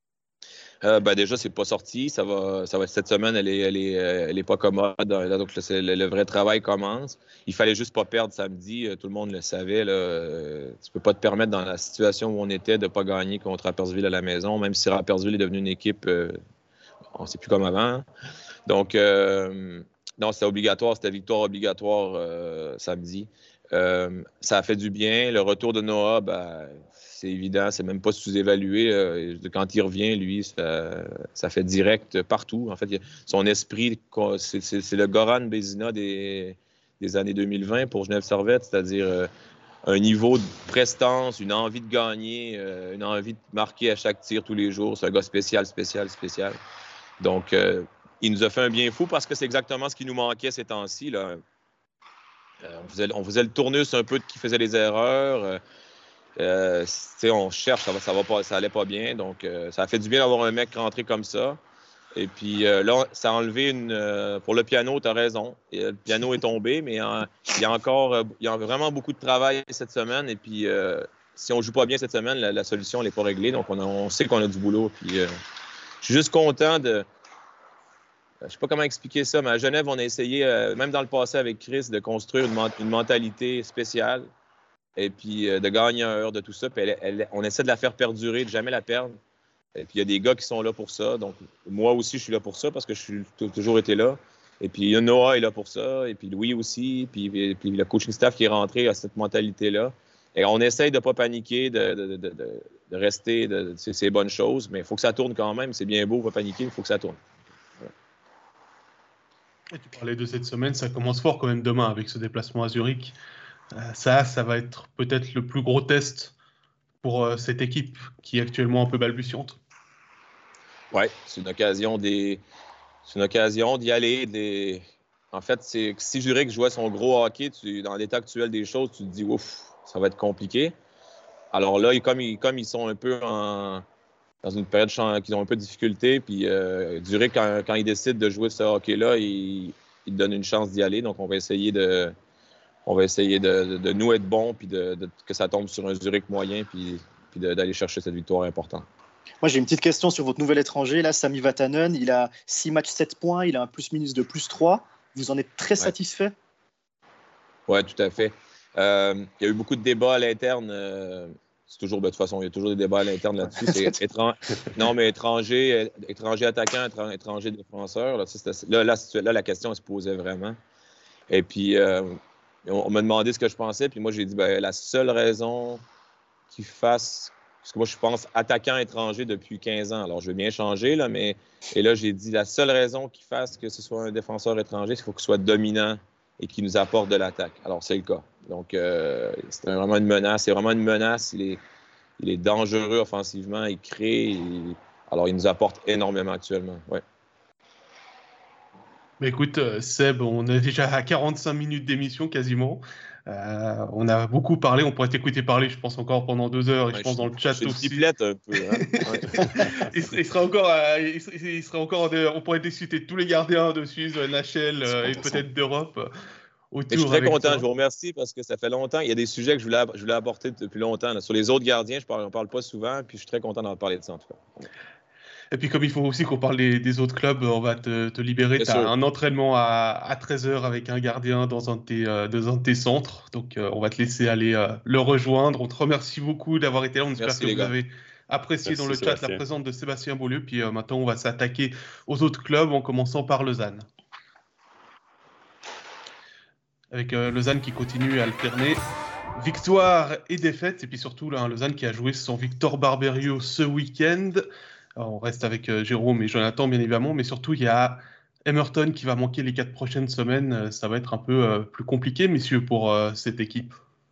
Euh, ben déjà, c'est pas sorti. Ça va, ça va, cette semaine, elle est, elle est, elle est pas commode. Donc, le, le, le vrai travail commence. Il fallait juste pas perdre samedi. Tout le monde le savait. Là. Tu peux pas te permettre, dans la situation où on était, de pas gagner contre Rapperswil à la maison, même si Rapperswil est devenu une équipe, euh, on ne sait plus comme avant. Donc, euh, non, c'était obligatoire. C'était victoire obligatoire euh, samedi. Euh, ça a fait du bien. Le retour de Noah, ben, c'est évident, c'est même pas sous-évalué. Euh, quand il revient, lui, ça, ça fait direct partout. En fait, il, son esprit, c'est, c'est, c'est le Goran Bézina des, des années deux mille vingt pour Genève Servette, c'est-à-dire euh, un niveau de prestance, une envie de gagner, euh, une envie de marquer à chaque tir tous les jours. C'est un gars spécial, spécial, spécial. Donc, euh, il nous a fait un bien fou parce que c'est exactement ce qui nous manquait ces temps-ci, là. Euh, on, faisait, on faisait le tournus un peu de qui faisait les erreurs. Euh, euh, on cherche, ça, va, ça, va pas, ça allait pas bien. Donc, euh, ça a fait du bien d'avoir un mec rentré comme ça. Et puis euh, là, ça a enlevé une... Euh, pour le piano, tu as raison. Et, euh, le piano est tombé, mais euh, il y a encore euh, il y a vraiment beaucoup de travail cette semaine. Et puis, euh, si on joue pas bien cette semaine, la, la solution n'est pas réglée. Donc, on, a, on sait qu'on a du boulot. Puis, euh, je suis juste content de... Je ne sais pas comment expliquer ça, mais à Genève, on a essayé, euh, même dans le passé avec Chris, de construire une, man- une mentalité spéciale et puis euh, de gagner un heure de tout ça. Puis elle- elle- on essaie de la faire perdurer, de jamais la perdre. Et puis il y a des gars qui sont là pour ça. Donc moi aussi, je suis là pour ça parce que je suis t- toujours été là. Et puis Noah est là pour ça, et puis Louis aussi, puis, et puis le coaching staff qui est rentré à cette mentalité-là. Et on essaye de ne pas paniquer, de, de, de, de, de rester, de, c'est, c'est bonnes choses, mais il faut que ça tourne quand même. C'est bien beau, pas paniquer, il faut que ça tourne. Ouais. Et tu parlais de cette semaine, ça commence fort quand même demain avec ce déplacement à Zurich. Euh, ça, ça va être peut-être le plus gros test pour euh, cette équipe qui est actuellement un peu balbutiante. Oui, c'est une occasion des... c'est une occasion d'y aller. Des... En fait, c'est... si Zurich jouait son gros hockey, tu... dans l'état actuel des choses, tu te dis ouf, ça va être compliqué. Alors là, comme ils, comme ils sont un peu en... dans une période qu'ils ont un peu de difficulté, puis euh, Zurich, quand, quand ils décident de jouer ce hockey-là, ils, ils donnent une chance d'y aller. Donc, on va essayer de, on va essayer de, de, de nous être bons, puis de, de, que ça tombe sur un Zurich moyen, puis, puis de, d'aller chercher cette victoire importante. Moi, j'ai une petite question sur votre nouvel étranger. Là, Sami Vatanen, il a six matchs, sept points. Il a un plus-minus de plus trois. Vous en êtes très ouais. satisfait? Oui, tout à fait. Euh, il y a eu beaucoup de débats à l'interne. Euh, c'est toujours, ben, de toute façon, il y a toujours des débats à l'interne là-dessus. C'est étran... Non, mais étranger, étranger attaquant, étranger défenseur. Là, c'est, là, là, là, la question elle se posait vraiment. Et puis, euh, on, on m'a demandé ce que je pensais. Puis moi, j'ai dit, ben, la seule raison qu'il fasse... Parce que moi, je pense attaquant étranger depuis quinze ans. Alors, je veux bien changer, là, mais... Et là, j'ai dit, la seule raison qu'il fasse que ce soit un défenseur étranger, c'est qu'il faut qu'il soit dominant et qu'il nous apporte de l'attaque. Alors, c'est le cas. Donc, euh, c'est vraiment une menace. C'est vraiment une menace. Il est, il est dangereux offensivement. Il crée. Il... Alors, il nous apporte énormément actuellement. Ouais. Mais écoute, Seb, on est déjà à quarante-cinq minutes d'émission quasiment. Euh, on a beaucoup parlé, on pourrait t'écouter parler, je pense, encore pendant deux heures, et ouais, je pense je, dans le chat je aussi. Je un peu. Hein? Ouais. il, il sera encore, euh, il, il sera encore de, on pourrait discuter de tous les gardiens de Suisse, de N H L euh, et peut-être d'Europe. Euh, autour je suis très content, toi. Je vous remercie parce que ça fait longtemps. Il y a des sujets que je voulais, je voulais apporter depuis longtemps. Là. Sur les autres gardiens, je ne parle pas souvent, puis je suis très content d'en parler de ça en tout cas. Et puis comme il faut aussi qu'on parle des, des autres clubs, on va te, te libérer. Tu as un entraînement à, à treize heures avec un gardien dans un de tes, euh, dans un de tes centres. Donc euh, on va te laisser aller euh, le rejoindre. On te remercie beaucoup d'avoir été là. On espère Merci, que vous gars. avez apprécié Merci, dans le Sébastien. chat la présence de Sébastien Beaulieu. Puis euh, maintenant, on va s'attaquer aux autres clubs en commençant par Lausanne. Avec euh, Lausanne qui continue à alterner victoire et défaite. Et puis surtout, là, Lausanne qui a joué sans Victor Barberio ce week-end. Alors, on reste avec euh, Jérôme et Jonathan, bien évidemment, mais surtout, il y a Emerton qui va manquer les quatre prochaines semaines. Ça va être un peu euh, plus compliqué, messieurs, pour euh, cette équipe.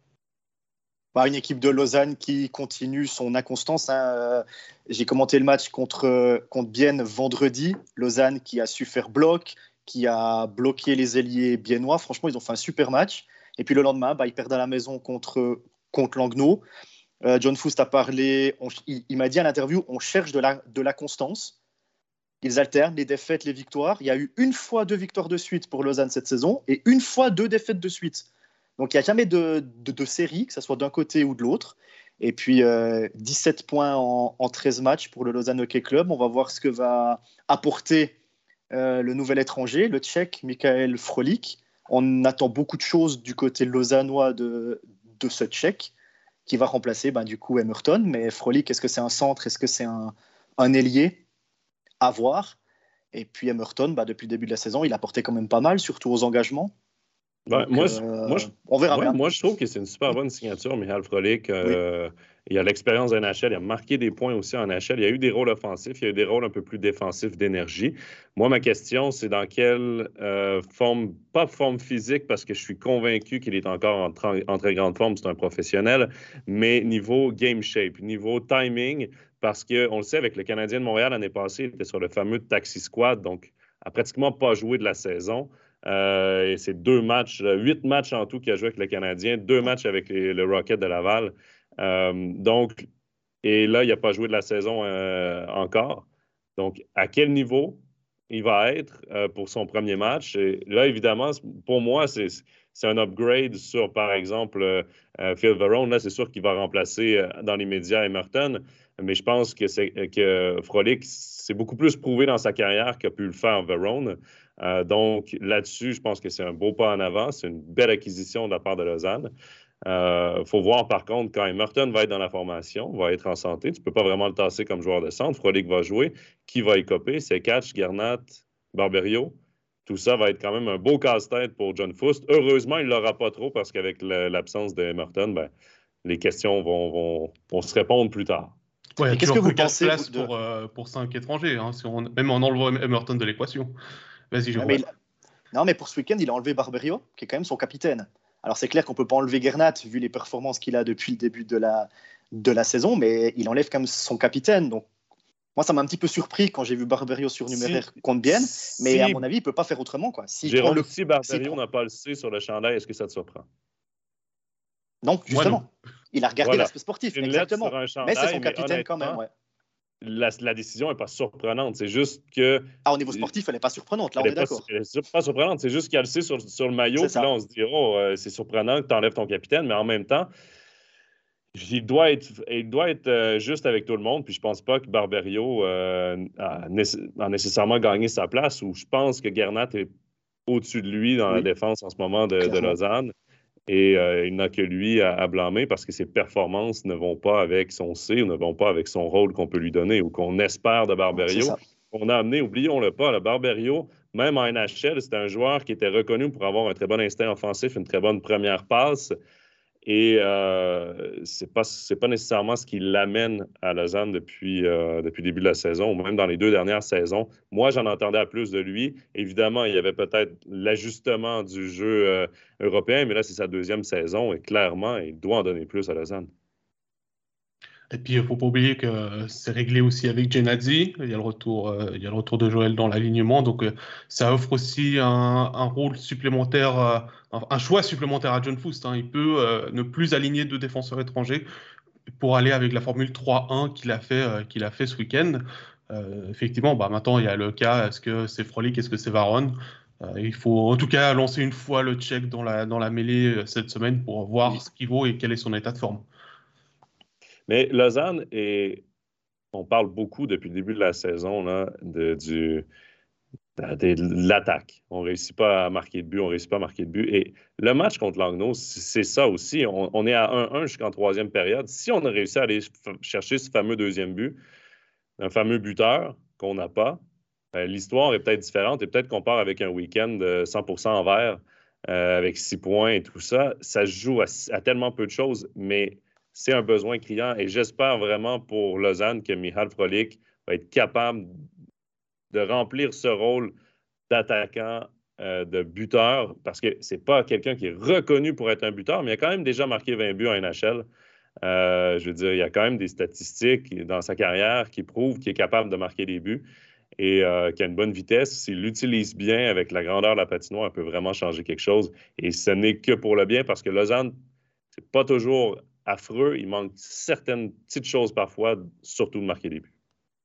Bah, une équipe de Lausanne qui continue son inconstance. Hein. J'ai commenté le match contre, contre Bienne vendredi. Lausanne qui a su faire bloc, qui a bloqué les ailiers biennois. Franchement, ils ont fait un super match. Et puis le lendemain, bah, ils perdent à la maison contre, contre Langnau. Euh, John Foust a parlé, on, il, il m'a dit à l'interview, on cherche de la, de la constance. Ils alternent les défaites, les victoires. Il y a eu une fois deux victoires de suite pour Lausanne cette saison et une fois deux défaites de suite. Donc il n'y a jamais de, de, de série, que ce soit d'un côté ou de l'autre. Et puis euh, dix-sept points en, en treize matchs pour le Lausanne Hockey Club. On va voir ce que va apporter euh, le nouvel étranger, le Tchèque Michael Frolik. On attend beaucoup de choses du côté lausannois de, de ce Tchèque, qui va remplacer ben, du coup Emerton. Mais Frolik, est-ce que c'est un centre? Est-ce que c'est un, un ailier? À voir. Et puis Emerton, ben, depuis le début de la saison, il a porté quand même pas mal, surtout aux engagements. Ben, Donc, moi, euh, moi, je, on verra ouais, bien. Moi, je trouve que c'est une super bonne signature, Michael Frolik. Euh, oui. Il a l'expérience en N H L, il a marqué des points aussi en N H L. Il y a eu des rôles offensifs, il y a eu des rôles un peu plus défensifs d'énergie. Moi, ma question, c'est dans quelle euh, forme, pas forme physique, parce que je suis convaincu qu'il est encore en, tra- en très grande forme, c'est un professionnel, mais niveau game shape, niveau timing, parce qu'on le sait, avec le Canadien de Montréal l'année passée, il était sur le fameux Taxi Squad, donc a pratiquement pas joué de la saison. Euh, et c'est deux matchs, huit matchs en tout qu'il a joué avec le Canadien, deux matchs avec les, le Rocket de Laval. Euh, donc, et là, il n'a pas joué de la saison euh, encore. Donc, à quel niveau il va être euh, pour son premier match? Et là, évidemment, pour moi, c'est, c'est un upgrade sur, par exemple, euh, Phil Verone. Là, c'est sûr qu'il va remplacer euh, dans les médias Emerton, mais je pense que, c'est, que Frolik s'est beaucoup plus prouvé dans sa carrière qu'a pu le faire Verone. Euh, donc, là-dessus, je pense que c'est un beau pas en avant. C'est une belle acquisition de la part de Lausanne. Il euh, faut voir, par contre, quand Emerton va être dans la formation, va être en santé, tu ne peux pas vraiment le tasser comme joueur de centre. Frolik va jouer. Qui va y coper? C'est Catch, Garnat, Barberio. tout ça va être quand même un beau casse-tête pour John Foust. Heureusement, il ne l'aura pas trop parce qu'avec l'absence de Emerton, ben, les questions vont, vont, vont se répondre plus tard. Ouais, qu'est-ce que vous pensez place de... pour, euh, pour cinq étrangers, hein, si on, même en enlevant Emerton de l'équation. Vas-y, je ouais, vois. mais il... Non, mais pour ce week-end, il a enlevé Barberio, qui est quand même son capitaine. Alors, c'est clair qu'on ne peut pas enlever Gernat, vu les performances qu'il a depuis le début de la, de la saison, mais il enlève quand même son capitaine. Donc, moi, ça m'a un petit peu surpris quand j'ai vu Barberio surnuméraire si, contre Bienne, mais si, à mon avis, il ne peut pas faire autrement. Quoi. Si Jérôme, le... si Barberio si n'a pas le C sur le chandail, est-ce que ça te surprend? Non, justement. Non. Il a regardé voilà. l'aspect sportif, Une exactement. Chandail, mais c'est son capitaine quand même, ouais. La, la décision n'est pas surprenante. C'est juste que. Ah, au niveau sportif, elle n'est pas surprenante. Là, on est, est d'accord. Elle n'est pas surprenante. C'est juste qu'il y a le C sur, sur le maillot. Puis là, on se dit, oh, euh, c'est surprenant que tu enlèves ton capitaine. Mais en même temps, il doit être, il doit être euh, juste avec tout le monde. Puis je pense pas que Barberio euh, a, nécess- a nécessairement gagné sa place. Ou je pense que Gernat est au-dessus de lui dans oui. la défense en ce moment de, de Lausanne. Et euh, il n'a que lui à, à blâmer parce que ses performances ne vont pas avec son C ou ne vont pas avec son rôle qu'on peut lui donner ou qu'on espère de Barberio. On a amené, oublions-le pas, le Barberio, même en N H L, c'était un joueur qui était reconnu pour avoir un très bon instinct offensif, une très bonne première passe. Et euh, c'est pas, c'est pas nécessairement ce qui l'amène à Lausanne depuis, euh, depuis le début de la saison, ou même dans les deux dernières saisons. Moi, j'en entendais à plus de lui. Évidemment, il y avait peut-être l'ajustement du jeu euh, européen, mais là, c'est sa deuxième saison et clairement, il doit en donner plus à Lausanne. Et puis, il ne faut pas oublier que c'est réglé aussi avec Genadzi. Il y a le retour, euh, il y a le retour de Joël dans l'alignement. Donc, euh, ça offre aussi un, un rôle supplémentaire, euh, un choix supplémentaire à John Foust. Hein. Il peut euh, ne plus aligner deux défenseurs étrangers pour aller avec la formule trois un qu'il a fait, euh, qu'il a fait ce week-end. Euh, effectivement, bah, maintenant, il y a le cas, est-ce que c'est Frolic, est-ce que c'est Varon? euh, Il faut en tout cas lancer une fois le check dans la, dans la mêlée cette semaine pour voir oui. ce qu'il vaut et quel est son état de forme. Mais Lausanne, est... on parle beaucoup depuis le début de la saison là, de, du, de l'attaque. On ne réussit pas à marquer de but, on ne réussit pas à marquer de but. Et le match contre Langnau, c'est ça aussi. On, on est à un un jusqu'en troisième période. Si on a réussi à aller chercher ce fameux deuxième but, un fameux buteur qu'on n'a pas, ben, l'histoire est peut-être différente et peut-être qu'on part avec un week-end de cent pour cent en vert, euh, avec six points et tout ça. Ça se joue à, à tellement peu de choses, mais c'est un besoin criant et j'espère vraiment pour Lausanne que Michal Frolic va être capable de remplir ce rôle d'attaquant, euh, de buteur, parce que c'est pas quelqu'un qui est reconnu pour être un buteur, mais il a quand même déjà marqué vingt buts en N H L. Euh, je veux dire, il y a quand même des statistiques dans sa carrière qui prouvent qu'il est capable de marquer des buts et euh, qu'il a une bonne vitesse. S'il l'utilise bien avec la grandeur de la patinoire, il peut vraiment changer quelque chose. Et ce n'est que pour le bien, parce que Lausanne, c'est pas toujours affreux. Il manque certaines petites choses parfois, surtout de marquer des buts.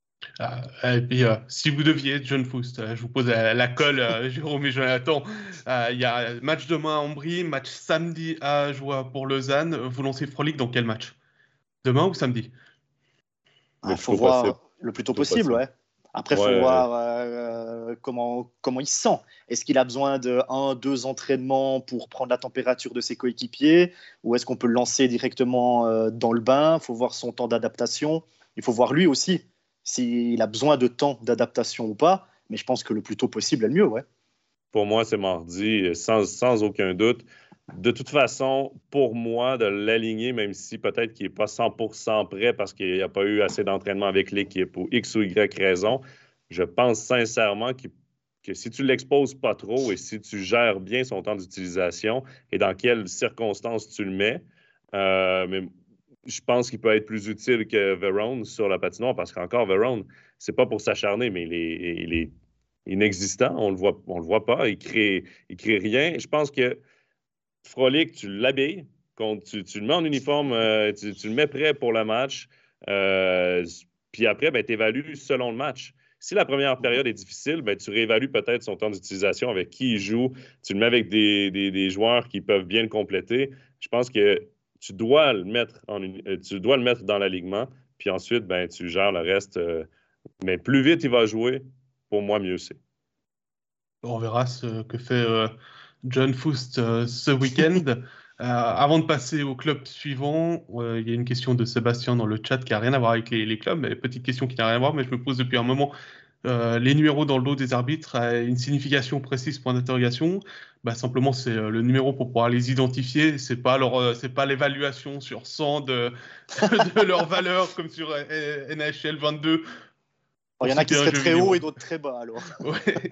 Euh, et puis, euh, si vous deviez être John Foust, euh, je vous pose la, la colle, euh, Jérôme et Jonathan. Il euh, y a match demain à Ambry, match samedi à Joie pour Lausanne. Vous lancez Frolic dans quel match? Demain ou samedi? Il ah, faut voir possible. le plus tôt possible, possible. ouais. Après, il ouais, faut voir euh, comment, comment il se sent. Est-ce qu'il a besoin de un, deux entraînements pour prendre la température de ses coéquipiers? Ou est-ce qu'on peut le lancer directement euh, dans le bain? Il faut voir son temps d'adaptation. Il faut voir lui aussi, s'il a besoin de temps d'adaptation ou pas. Mais je pense que le plus tôt possible est le mieux, ouais. Pour moi, c'est mardi, sans, sans aucun doute. De toute façon, pour moi, de l'aligner, même si peut-être qu'il n'est pas cent pour cent prêt parce qu'il n'y a pas eu assez d'entraînement avec l'équipe ou X ou Y raison, je pense sincèrement qu'il, que si tu ne l'exposes pas trop et si tu gères bien son temps d'utilisation et dans quelles circonstances tu le mets, euh, mais je pense qu'il peut être plus utile que Verone sur la patinoire parce qu'encore, Verone, c'est pas pour s'acharner, mais il est, il est inexistant. On le voit, on le voit pas. Il crée, il crée rien. Je pense que Frolic, tu l'habilles, tu, tu le mets en uniforme, euh, tu, tu le mets prêt pour le match, euh, puis après, ben, tu évalues selon le match. Si la première période est difficile, ben, tu réévalues peut-être son temps d'utilisation, avec qui il joue, tu le mets avec des, des, des joueurs qui peuvent bien le compléter. Je pense que tu dois le mettre, en, tu dois le mettre dans l'alignement, puis ensuite, ben, tu gères le reste. Euh, mais plus vite il va jouer, pour moi, mieux c'est. On verra ce que fait euh, John Foust euh, ce week-end. euh, avant de passer au club suivant, euh, il y a une question de Sébastien dans le chat qui n'a rien à voir avec les, les clubs, mais petite question qui n'a rien à voir, mais je me pose depuis un moment. euh, les numéros dans le dos des arbitres a une signification précise, point d'interrogation. Bah, simplement, c'est euh, le numéro pour pouvoir les identifier. C'est pas leur, euh, c'est pas l'évaluation sur cent de, de leur valeur comme sur euh, N H L vingt-deux. Il y en a qui seraient très hauts et d'autres très bas, alors. Ouais.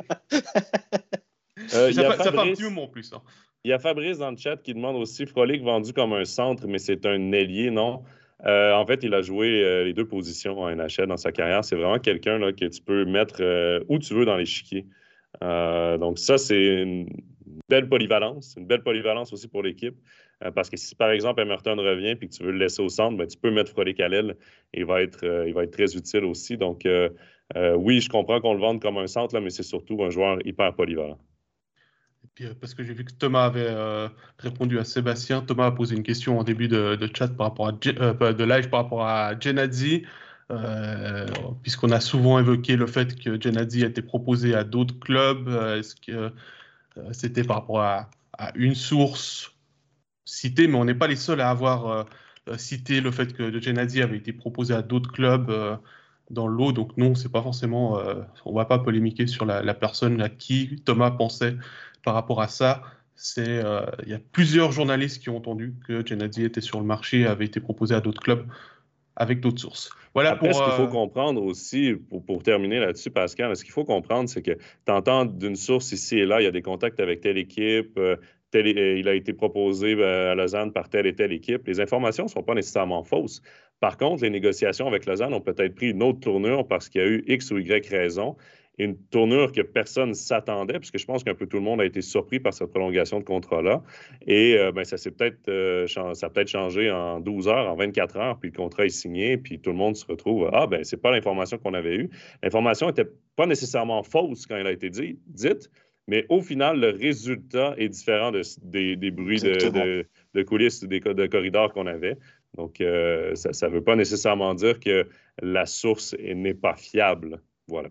Euh, ça, y a fait, Fabrice, ça fait un petit moment en plus. Hein. Il y a Fabrice dans le chat qui demande aussi Frolic vendu comme un centre, mais c'est un ailier, non? Euh, en fait, il a joué euh, les deux positions en N H L dans sa carrière. C'est vraiment quelqu'un là, que tu peux mettre euh, où tu veux dans l'échiquier. Euh, donc ça, c'est une belle polyvalence. Une belle polyvalence aussi pour l'équipe. Euh, parce que si, par exemple, Emerton revient et que tu veux le laisser au centre, ben, tu peux mettre Frolic à l'aile et il va être, euh, il va être très utile aussi. Donc euh, euh, oui, je comprends qu'on le vende comme un centre, là, mais c'est surtout un joueur hyper polyvalent. Et puis, euh, parce que j'ai vu que Thomas avait euh, répondu à Sébastien. Thomas a posé une question en début de, de chat par rapport à euh, de live par rapport à Genadzi, euh, puisqu'on a souvent évoqué le fait que Genadzi a été proposé à d'autres clubs. Euh, est-ce que euh, c'était par rapport à, à une source citée, mais on n'est pas les seuls à avoir euh, cité le fait que Genadzi avait été proposé à d'autres clubs euh, dans le lot. Donc non, c'est pas forcément. Euh, on va pas polémiquer sur la, la personne à qui Thomas pensait par rapport à ça. C'est, euh, il y a plusieurs journalistes qui ont entendu que Genadzi était sur le marché et avait été proposé à d'autres clubs avec d'autres sources. Voilà Après, pour. ce qu'il faut Euh... comprendre aussi, pour, pour terminer là-dessus, Pascal, ce qu'il faut comprendre, c'est que tu entends d'une source ici et là, il y a des contacts avec telle équipe, euh, tel, euh, il a été proposé euh, à Lausanne par telle et telle équipe. Les informations ne sont pas nécessairement fausses. Par contre, les négociations avec Lausanne ont peut-être pris une autre tournure parce qu'il y a eu X ou Y raison. Une tournure que personne ne s'attendait, puisque je pense qu'un peu tout le monde a été surpris par cette prolongation de contrat-là. Et euh, ben, ça s'est peut-être euh, ça a peut-être changé en douze heures, en vingt-quatre heures, puis le contrat est signé, puis tout le monde se retrouve. Ah, ben, c'est pas l'information qu'on avait eue. L'information n'était pas nécessairement fausse quand elle a été dit, dite, mais au final, le résultat est différent de, des, des bruits de, de, de coulisses ou des de corridors qu'on avait. Donc, euh, ça ne veut pas nécessairement dire que la source n'est pas fiable. Voilà.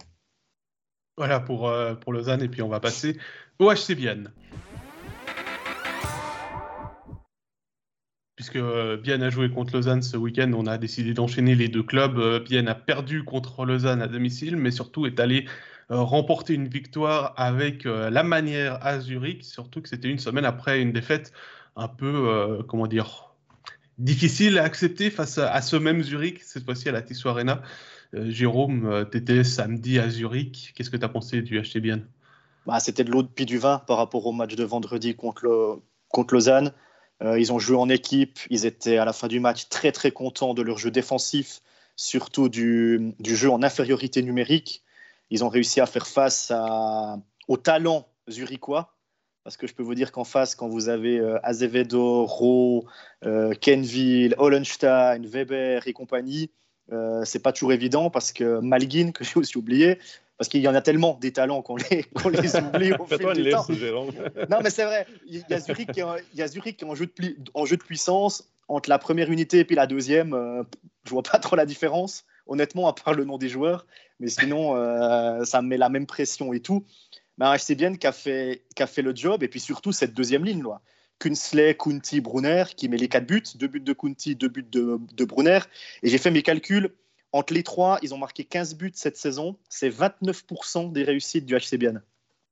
Voilà pour, euh, pour Lausanne, et puis on va passer au H C Bienne. Puisque euh, Bienne a joué contre Lausanne ce week-end, on a décidé d'enchaîner les deux clubs. Euh, Bienne a perdu contre Lausanne à domicile, mais surtout est allé euh, remporter une victoire avec euh, la manière à Zurich, surtout que c'était une semaine après une défaite un peu, euh, comment dire, difficile à accepter face à, à ce même Zurich, cette fois-ci à la Tissot Arena. Euh, Jérôme, euh, tu étais samedi à Zurich. Qu'est-ce que tu as pensé du H C Bienne? Bah, c'était de l'eau de pied du vin par rapport au match de vendredi contre, le, contre Lausanne. Euh, ils ont joué en équipe. Ils étaient à la fin du match très très contents de leur jeu défensif, surtout du, du jeu en infériorité numérique. Ils ont réussi à faire face à, au talent zurichois. Parce que je peux vous dire qu'en face, quand vous avez euh, Azevedo, Rowe, euh, Kenville, Hollenstein, Weber et compagnie, euh, c'est pas toujours évident parce que Malguin, que j'ai aussi oublié, parce qu'il y en a tellement des talents qu'on les, qu'on les oublie au fil du temps. Jérôme. Non, mais c'est vrai. Il y a Zurich qui est en, il y a Zurich qui est en, jeu de pli, en jeu de puissance. Entre la première unité et puis la deuxième, euh, je vois pas trop la différence, honnêtement, à part le nom des joueurs. Mais sinon, euh, ça me met la même pression et tout. Mais H C Bienne qui a fait, qui a fait le job. Et puis surtout, cette deuxième ligne, là. Kunsley, Kunti, Brunner, qui met les quatre buts. Deux buts de Kunti, deux buts de, de Brunner. Et j'ai fait mes calculs. Entre les trois, ils ont marqué quinze buts cette saison. C'est vingt-neuf pour cent des réussites du H C Bienne.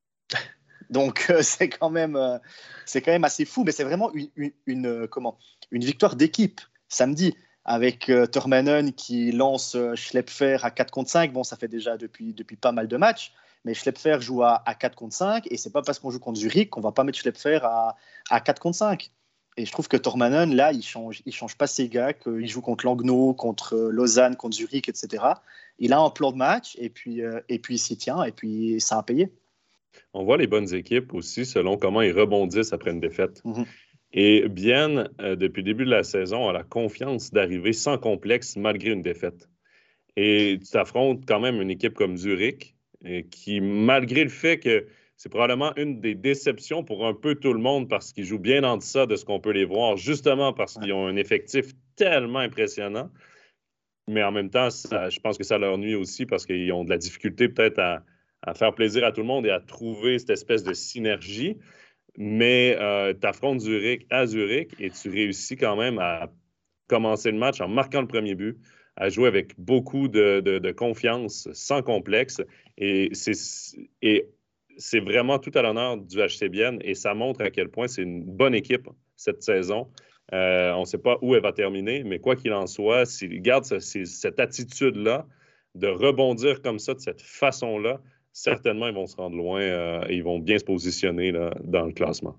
Donc, euh, c'est, quand même, euh, c'est quand même assez fou. Mais c'est vraiment une, une, une, euh, comment, une victoire d'équipe samedi avec euh, Turmanen qui lance euh, Schlepfer à quatre contre cinq. Bon, ça fait déjà depuis, depuis pas mal de matchs. Mais Schlepfer joue à, à quatre contre cinq. Et c'est pas parce qu'on joue contre Zurich qu'on va pas mettre Schlepfer à, à quatre contre cinq. Et je trouve que Turmanen, là, il change, il change pas ses gars, qu'il joue contre Langnau, contre Lausanne, contre Zurich, et cetera. Il a un plan de match et puis, euh, et puis il s'y tient et puis ça a payé. On voit les bonnes équipes aussi selon comment ils rebondissent après une défaite. Mm-hmm. Et Bienne, euh, depuis le début de la saison, a la confiance d'arriver sans complexe malgré une défaite. Et tu affrontes quand même une équipe comme Zurich, euh, qui, malgré le fait que c'est probablement une des déceptions pour un peu tout le monde parce qu'ils jouent bien en deçà de ce qu'on peut les voir, justement parce qu'ils ont un effectif tellement impressionnant. Mais en même temps, ça, je pense que ça leur nuit aussi parce qu'ils ont de la difficulté peut-être à, à faire plaisir à tout le monde et à trouver cette espèce de synergie. Mais euh, tu affrontes Zurich à Zurich et tu réussis quand même à commencer le match en marquant le premier but, à jouer avec beaucoup de, de, de confiance, sans complexe. Et c'est, et c'est vraiment tout à l'honneur du H C Bienne et ça montre à quel point c'est une bonne équipe cette saison. Euh, on ne sait pas où elle va terminer, mais quoi qu'il en soit, s'ils gardent ce, cette attitude-là, de rebondir comme ça, de cette façon-là, certainement, ils vont se rendre loin euh, et ils vont bien se positionner là, dans le classement.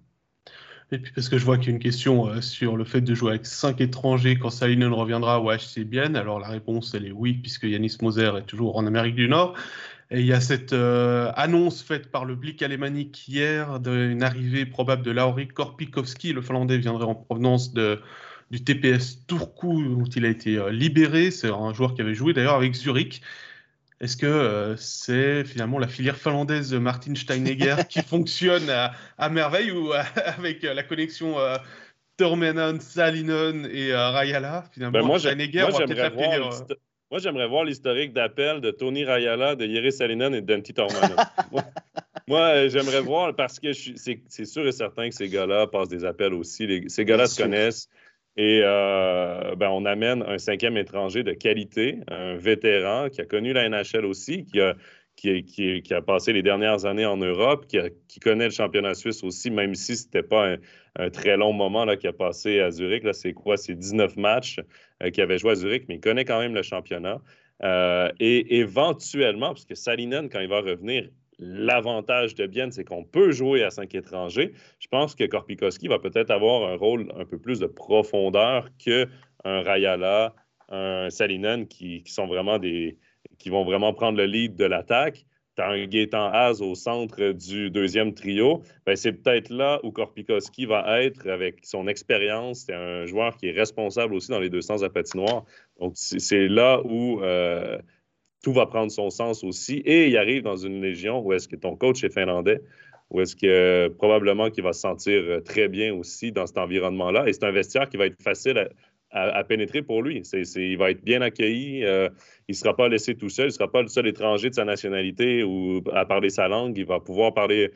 Et puis parce que je vois qu'il y a une question euh, sur le fait de jouer avec cinq étrangers quand Saalinen reviendra au H C Bienne. Alors la réponse, elle est oui, puisque Yannis Moser est toujours en Amérique du Nord. Et il y a cette euh, annonce faite par le Blik alémanique hier d'une arrivée probable de Lauri Korpikowski. Le Finlandais viendrait en provenance de, du T P S Turku, dont il a été euh, libéré. C'est un joueur qui avait joué d'ailleurs avec Zurich. Est-ce que euh, c'est finalement la filière finlandaise de Martin Steinegger qui fonctionne à, à merveille ou euh, avec euh, la connexion euh, Tormenon, Saalinen et euh, Rajala, finalement, ben moi, Steinegger, moi, on va peut-être j'aimerais voir l'appeler... Euh... Moi, j'aimerais voir l'historique d'appel de Toni Rajala, de Jere Saalinen et de Dentti Tormenon. moi, moi, j'aimerais voir parce que je, c'est, c'est sûr et certain que ces gars-là passent des appels aussi. Les, ces gars-là Bien se sûr. connaissent. Et euh, ben, on amène un cinquième étranger de qualité, un vétéran qui a connu la N H L aussi, qui a, qui, qui, qui a passé les dernières années en Europe, qui, a, qui connaît le championnat suisse aussi, même si ce n'était pas un, un très long moment là, qu'il a passé à Zurich. Là, c'est quoi? C'est dix-neuf matchs euh, qu'il avait joué à Zurich, mais il connaît quand même le championnat. Euh, et éventuellement, parce que Saalinen, quand il va revenir, l'avantage de Bienne, c'est qu'on peut jouer à cinq étrangers. Je pense que Korpikowski va peut-être avoir un rôle un peu plus de profondeur qu'un Rajala, un Saalinen qui, qui sont vraiment des qui vont vraiment prendre le lead de l'attaque. Tu as un Gaétan Haas au centre du deuxième trio. Bien, c'est peut-être là où Korpikowski va être avec son expérience. C'est un joueur qui est responsable aussi dans les deux sens de la patinoire. Donc, c'est, c'est là où euh, tout va prendre son sens aussi. Et il arrive dans une légion où est-ce que ton coach est finlandais, où est-ce que euh, probablement qu'il va se sentir très bien aussi dans cet environnement-là. Et c'est un vestiaire qui va être facile à, à, à pénétrer pour lui. C'est, c'est, il va être bien accueilli. Euh, il ne sera pas laissé tout seul. Il ne sera pas le seul étranger de sa nationalité ou à parler sa langue. Il va pouvoir parler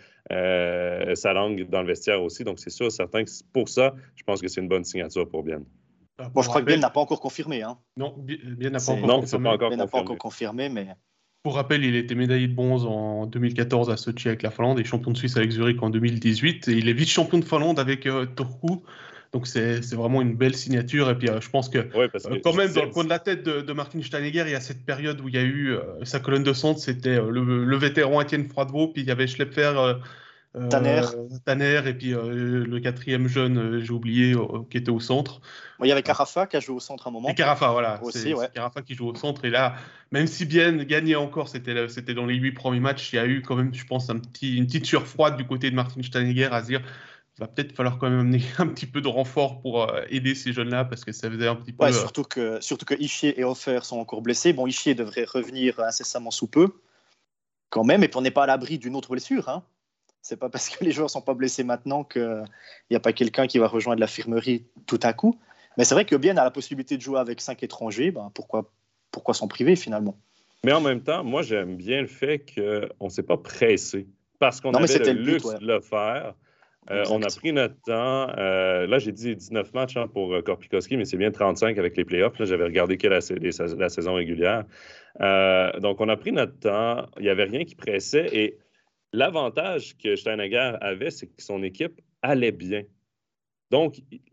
euh, sa langue dans le vestiaire aussi. Donc, c'est sûr, certain que pour ça, je pense que c'est une bonne signature pour Bienne. Bon, bon, je crois que Bienne n'a pas encore confirmé. Hein. Non, Bienne n'a pas, encore non, confirmé. Pas encore Bienne n'a pas encore confirmé. Mais... Pour rappel, il était médaillé de bronze en deux mille quatorze à Sochi avec la Finlande et champion de Suisse avec Zurich en deux mille dix-huit. Et il est vice-champion de Finlande avec euh, Turku. Donc, c'est, c'est vraiment une belle signature. Et puis, euh, je pense que, oui, parce que euh, quand même, dans le coin de la tête de, de Martin Steinegger, il y a cette période où il y a eu euh, sa colonne de centre. C'était euh, le, le vétéran Étienne Froidevaux, puis il y avait Schlepfer, euh, euh, Tanner. Tanner, et puis euh, le quatrième jeune, euh, j'ai oublié, euh, qui était au centre. Bon, il y avait Carafa qui a joué au centre à un moment. Et Carafa, voilà. Aussi, c'est, ouais. c'est Carafa qui joue au centre. Et là, même si Bienne gagnait encore, c'était, c'était dans les huit premiers matchs, il y a eu quand même, je pense, un petit, une petite sueur froide du côté de Martin Steinegger à se dire il va peut-être falloir quand même amener un petit peu de renfort pour euh, aider ces jeunes-là parce que ça faisait un petit peu... Ouais, surtout que, surtout que Ischier et Hofer sont encore blessés. Bon, Ischier devrait revenir incessamment sous peu, quand même, et puis on n'est pas à l'abri d'une autre blessure. Hein. C'est pas parce que les joueurs sont pas blessés maintenant qu'il n'y a pas quelqu'un qui va rejoindre l'infirmerie tout à coup. Mais c'est vrai que Bienne a la possibilité de jouer avec cinq étrangers. Ben pourquoi, pourquoi s'en priver finalement? Mais en même temps, moi, j'aime bien le fait qu'on ne s'est pas pressé parce qu'on non, avait le, le but, luxe ouais. de le faire. Euh, on a pris notre temps. Euh, là, j'ai dit dix-neuf matchs hein, pour Korpikowski, mais c'est bien trente-cinq avec les playoffs. Là, j'avais regardé que la, la, la saison régulière. Euh, donc, on a pris notre temps. Il n'y avait rien qui pressait. Et l'avantage que Steinegger avait, c'est que son équipe allait bien. Donc,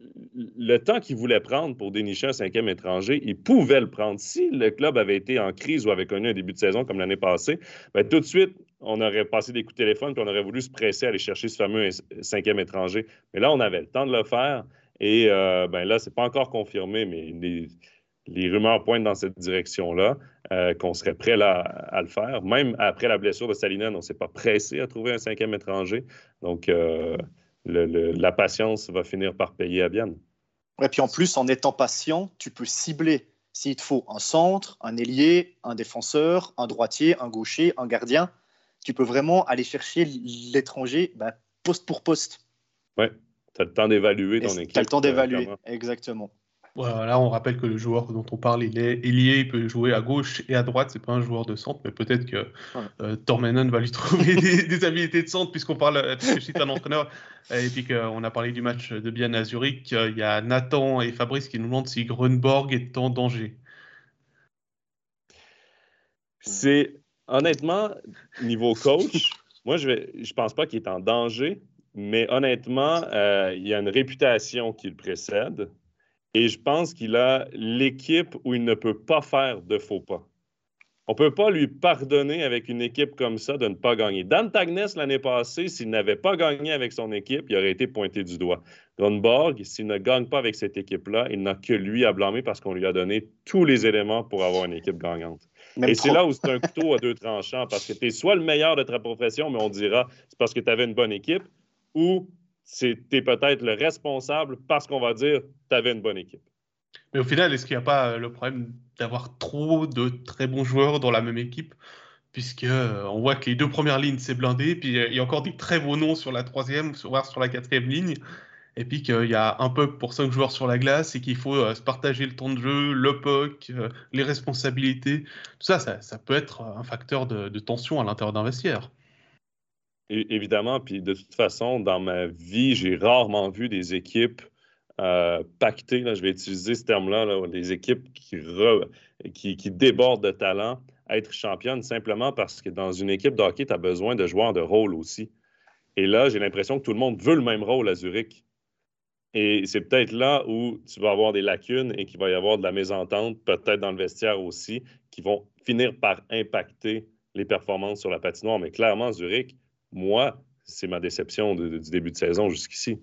le temps qu'il voulait prendre pour dénicher un cinquième étranger, il pouvait le prendre. Si le club avait été en crise ou avait connu un début de saison comme l'année passée, bien, tout de suite, on aurait passé des coups de téléphone puis on aurait voulu se presser à aller chercher ce fameux cinquième étranger. Mais là, on avait le temps de le faire et euh, ben là, ce n'est pas encore confirmé, mais les, les rumeurs pointent dans cette direction-là, euh, qu'on serait prêt là, à, à le faire. Même après la blessure de Saalinen, on ne s'est pas pressé à trouver un cinquième étranger. Donc, euh, Le, le, la patience va finir par payer à Bienne. Et puis en plus, en étant patient, tu peux cibler s'il te faut un centre, un ailier, un défenseur, un droitier, un gaucher, un gardien. Tu peux vraiment aller chercher l'étranger ben, poste pour poste. Oui, tu as le temps d'évaluer ton équipe. Tu as le temps d'évaluer, euh, exactement. Voilà, on rappelle que le joueur dont on parle, il est ailier, il peut jouer à gauche et à droite, c'est pas un joueur de centre, mais peut-être que ouais. euh, Tormenon va lui trouver des, des habilités de centre, puisqu'on parle, puisque je suis un entraîneur, et puis qu'on a parlé du match de Bienne à Zurich, il y a Nathan et Fabrice qui nous demandent si Grunborg est en danger. C'est honnêtement, niveau coach, moi, je ne je pense pas qu'il est en danger, mais honnêtement, euh, il y a une réputation qui le précède et je pense qu'il a l'équipe où il ne peut pas faire de faux pas. On ne peut pas lui pardonner avec une équipe comme ça de ne pas gagner. Dan Tagnes, l'année passée, s'il n'avait pas gagné avec son équipe, il aurait été pointé du doigt. Grunborg, s'il ne gagne pas avec cette équipe-là, il n'a que lui à blâmer parce qu'on lui a donné tous les éléments pour avoir une équipe gagnante. Même Et trop. C'est là où c'est un couteau à deux tranchants parce que tu es soit le meilleur de ta profession, mais on dira c'est parce que tu avais une bonne équipe, ou tu es peut-être le responsable parce qu'on va dire tu avais une bonne équipe. Mais au final, est-ce qu'il n'y a pas le problème d'avoir trop de très bons joueurs dans la même équipe? Puisqu'on euh, voit que les deux premières lignes, c'est blindé, puis il y a encore des très beaux noms sur la troisième, voire sur la quatrième ligne, et puis qu'il y a un puck pour cinq joueurs sur la glace, et qu'il faut euh, se partager le temps de jeu, le puck, euh, les responsabilités. Tout ça, ça, ça peut être un facteur de, de tension à l'intérieur d'un vestiaire. Et, évidemment, puis de toute façon, dans ma vie, j'ai rarement vu des équipes Euh, pacté, là, je vais utiliser ce terme-là, là, les équipes qui, re, qui, qui débordent de talent, être championne simplement parce que dans une équipe de hockey, tu as besoin de joueurs de rôle aussi. Et là, j'ai l'impression que tout le monde veut le même rôle à Zurich. Et c'est peut-être là où tu vas avoir des lacunes et qu'il va y avoir de la mésentente, peut-être dans le vestiaire aussi, qui vont finir par impacter les performances sur la patinoire. Mais clairement, Zurich, moi, c'est ma déception de, de, du début de saison jusqu'ici.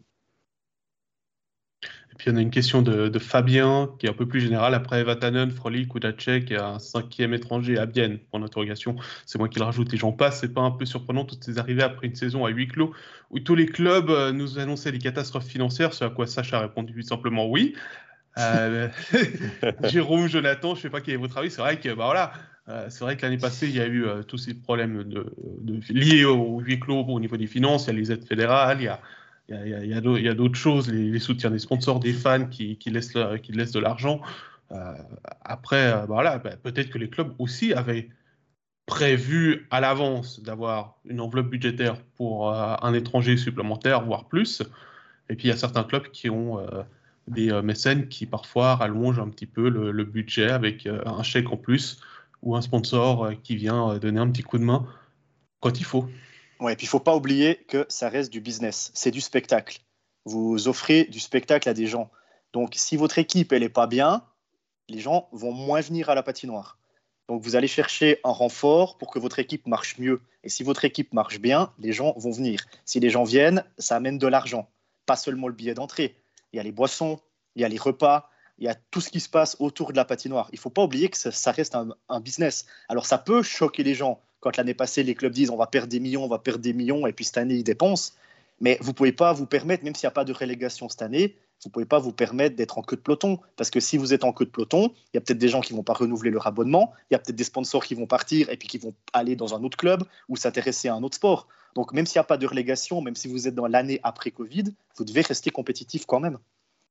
Et puis, on a une question de, de Fabien, qui est un peu plus générale. Après Vatanen, Frolic, Kudacek, et un cinquième étranger à Bienne, pour l'interrogation. C'est moi qui le rajoute et j'en passe. C'est pas un peu surprenant toutes ces arrivées après une saison à huis clos, où tous les clubs nous annonçaient des catastrophes financières, ce à quoi Sacha a répondu simplement oui. Euh, Jérôme, Jonathan, je ne sais pas quel est votre avis. C'est vrai que, bah voilà, euh, c'est vrai que l'année passée, il y a eu euh, tous ces problèmes de, de, liés au huis clos au niveau des finances. Il y a les aides fédérales, il y a Il y a, il y a, il y a d'autres choses, les, les soutiens des sponsors, des fans qui, qui, laissent, le, qui laissent de l'argent. Euh, après, euh, bah voilà, bah, peut-être que les clubs aussi avaient prévu à l'avance d'avoir une enveloppe budgétaire pour euh, un étranger supplémentaire, voire plus. Et puis, il y a certains clubs qui ont euh, des euh, mécènes qui parfois rallongent un petit peu le, le budget avec euh, un chèque en plus ou un sponsor euh, qui vient euh, donner un petit coup de main quand il faut. Ouais, et puis il ne faut pas oublier que ça reste du business, c'est du spectacle. Vous offrez du spectacle à des gens. Donc si votre équipe elle n'est pas bien, les gens vont moins venir à la patinoire. Donc vous allez chercher un renfort pour que votre équipe marche mieux. Et si votre équipe marche bien, les gens vont venir. Si les gens viennent, ça amène de l'argent. Pas seulement le billet d'entrée. Il y a les boissons, il y a les repas, il y a tout ce qui se passe autour de la patinoire. Il ne faut pas oublier que ça, ça reste un, un business. Alors ça peut choquer les gens. Quand l'année passée, les clubs disent on va perdre des millions, on va perdre des millions, et puis cette année, ils dépensent. Mais vous ne pouvez pas vous permettre, même s'il n'y a pas de relégation cette année, vous ne pouvez pas vous permettre d'être en queue de peloton. Parce que si vous êtes en queue de peloton, il y a peut-être des gens qui ne vont pas renouveler leur abonnement, il y a peut-être des sponsors qui vont partir et puis qui vont aller dans un autre club ou s'intéresser à un autre sport. Donc même s'il n'y a pas de relégation, même si vous êtes dans l'année après Covid, vous devez rester compétitif quand même.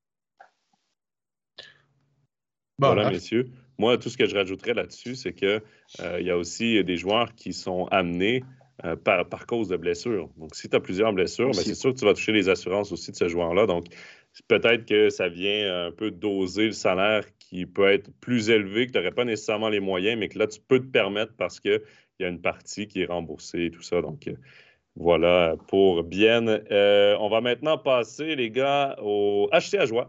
Bon, voilà, messieurs. Moi, tout ce que je rajouterais là-dessus, c'est qu'il euh, y a aussi des joueurs qui sont amenés euh, par, par cause de blessures. Donc, si tu as plusieurs blessures, ben, c'est sûr que tu vas toucher les assurances aussi de ce joueur-là. Donc, peut-être que ça vient un peu doser le salaire qui peut être plus élevé, que tu n'aurais pas nécessairement les moyens, mais que là, tu peux te permettre parce qu'il y a une partie qui est remboursée et tout ça. Donc, euh, voilà pour Bienne. Euh, on va maintenant passer, les gars, au H C Ajoie.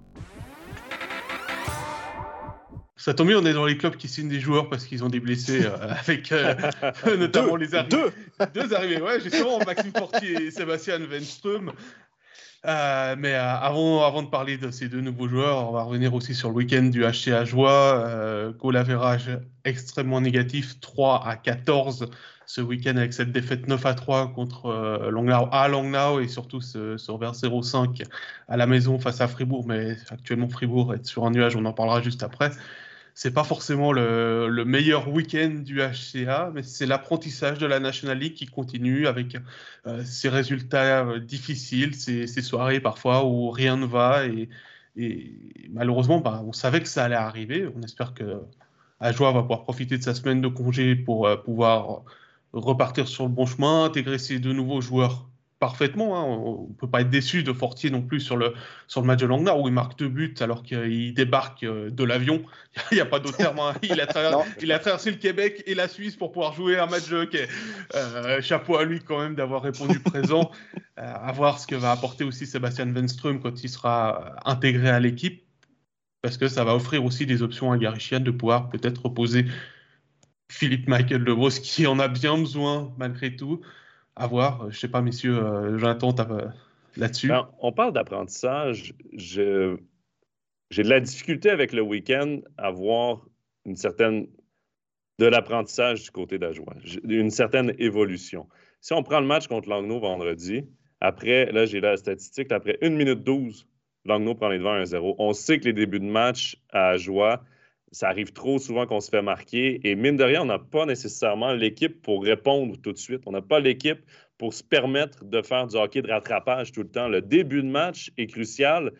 Ça tombe bien, on est dans les clubs qui signent des joueurs parce qu'ils ont des blessés euh, avec euh, notamment deux, les arrivées. Deux. deux arrivées, ouais, justement, Maxime Portier et Sébastien Wenström. Euh, mais euh, avant, avant de parler de ces deux nouveaux joueurs, on va revenir aussi sur le week-end du H C Ajoie. Euh, goal average extrêmement négatif, trois à quatorze ce week-end avec cette défaite neuf à trois contre euh, Langnau à Langnau et surtout ce, ce revers zéro cinq à la maison face à Fribourg. Mais actuellement, Fribourg est sur un nuage, on en parlera juste après. C'est pas forcément le, le meilleur week-end du H C A, mais c'est l'apprentissage de la National League qui continue avec euh, ses résultats euh, difficiles, ces, ces soirées parfois où rien ne va. Et, et malheureusement, bah, on savait que ça allait arriver. On espère que Ajoie va pouvoir profiter de sa semaine de congé pour euh, pouvoir repartir sur le bon chemin, intégrer ces deux nouveaux joueurs parfaitement. Hein. On ne peut pas être déçu de Fortier non plus sur le, sur le match de Langnau où il marque deux buts alors qu'il débarque de l'avion. Il n'y a pas d'autre terme. Hein. Il, a traversé, il a traversé le Québec et la Suisse pour pouvoir jouer un match de hockey. Euh, chapeau à lui quand même d'avoir répondu présent. Euh, à voir ce que va apporter aussi Sébastien Wenström quand il sera intégré à l'équipe. Parce que ça va offrir aussi des options à Gary Sheehan de pouvoir peut-être reposer Philippe Michael DeVos qui en a bien besoin malgré tout. À voir, je sais pas, messieurs, euh, Jonathan, t'as, euh, là-dessus. Ben, on parle d'apprentissage. Je, j'ai de la difficulté avec le week-end à voir une certaine de l'apprentissage du côté d'Ajoie, une certaine évolution. Si on prend le match contre Langnau vendredi, après, là, j'ai la statistique, après une minute douze, Langnau prend les devants un zéro. On sait que les débuts de match à Ajoie, ça arrive trop souvent qu'on se fait marquer. Et mine de rien, on n'a pas nécessairement l'équipe pour répondre tout de suite. On n'a pas l'équipe pour se permettre de faire du hockey de rattrapage tout le temps. Le début de match est crucial.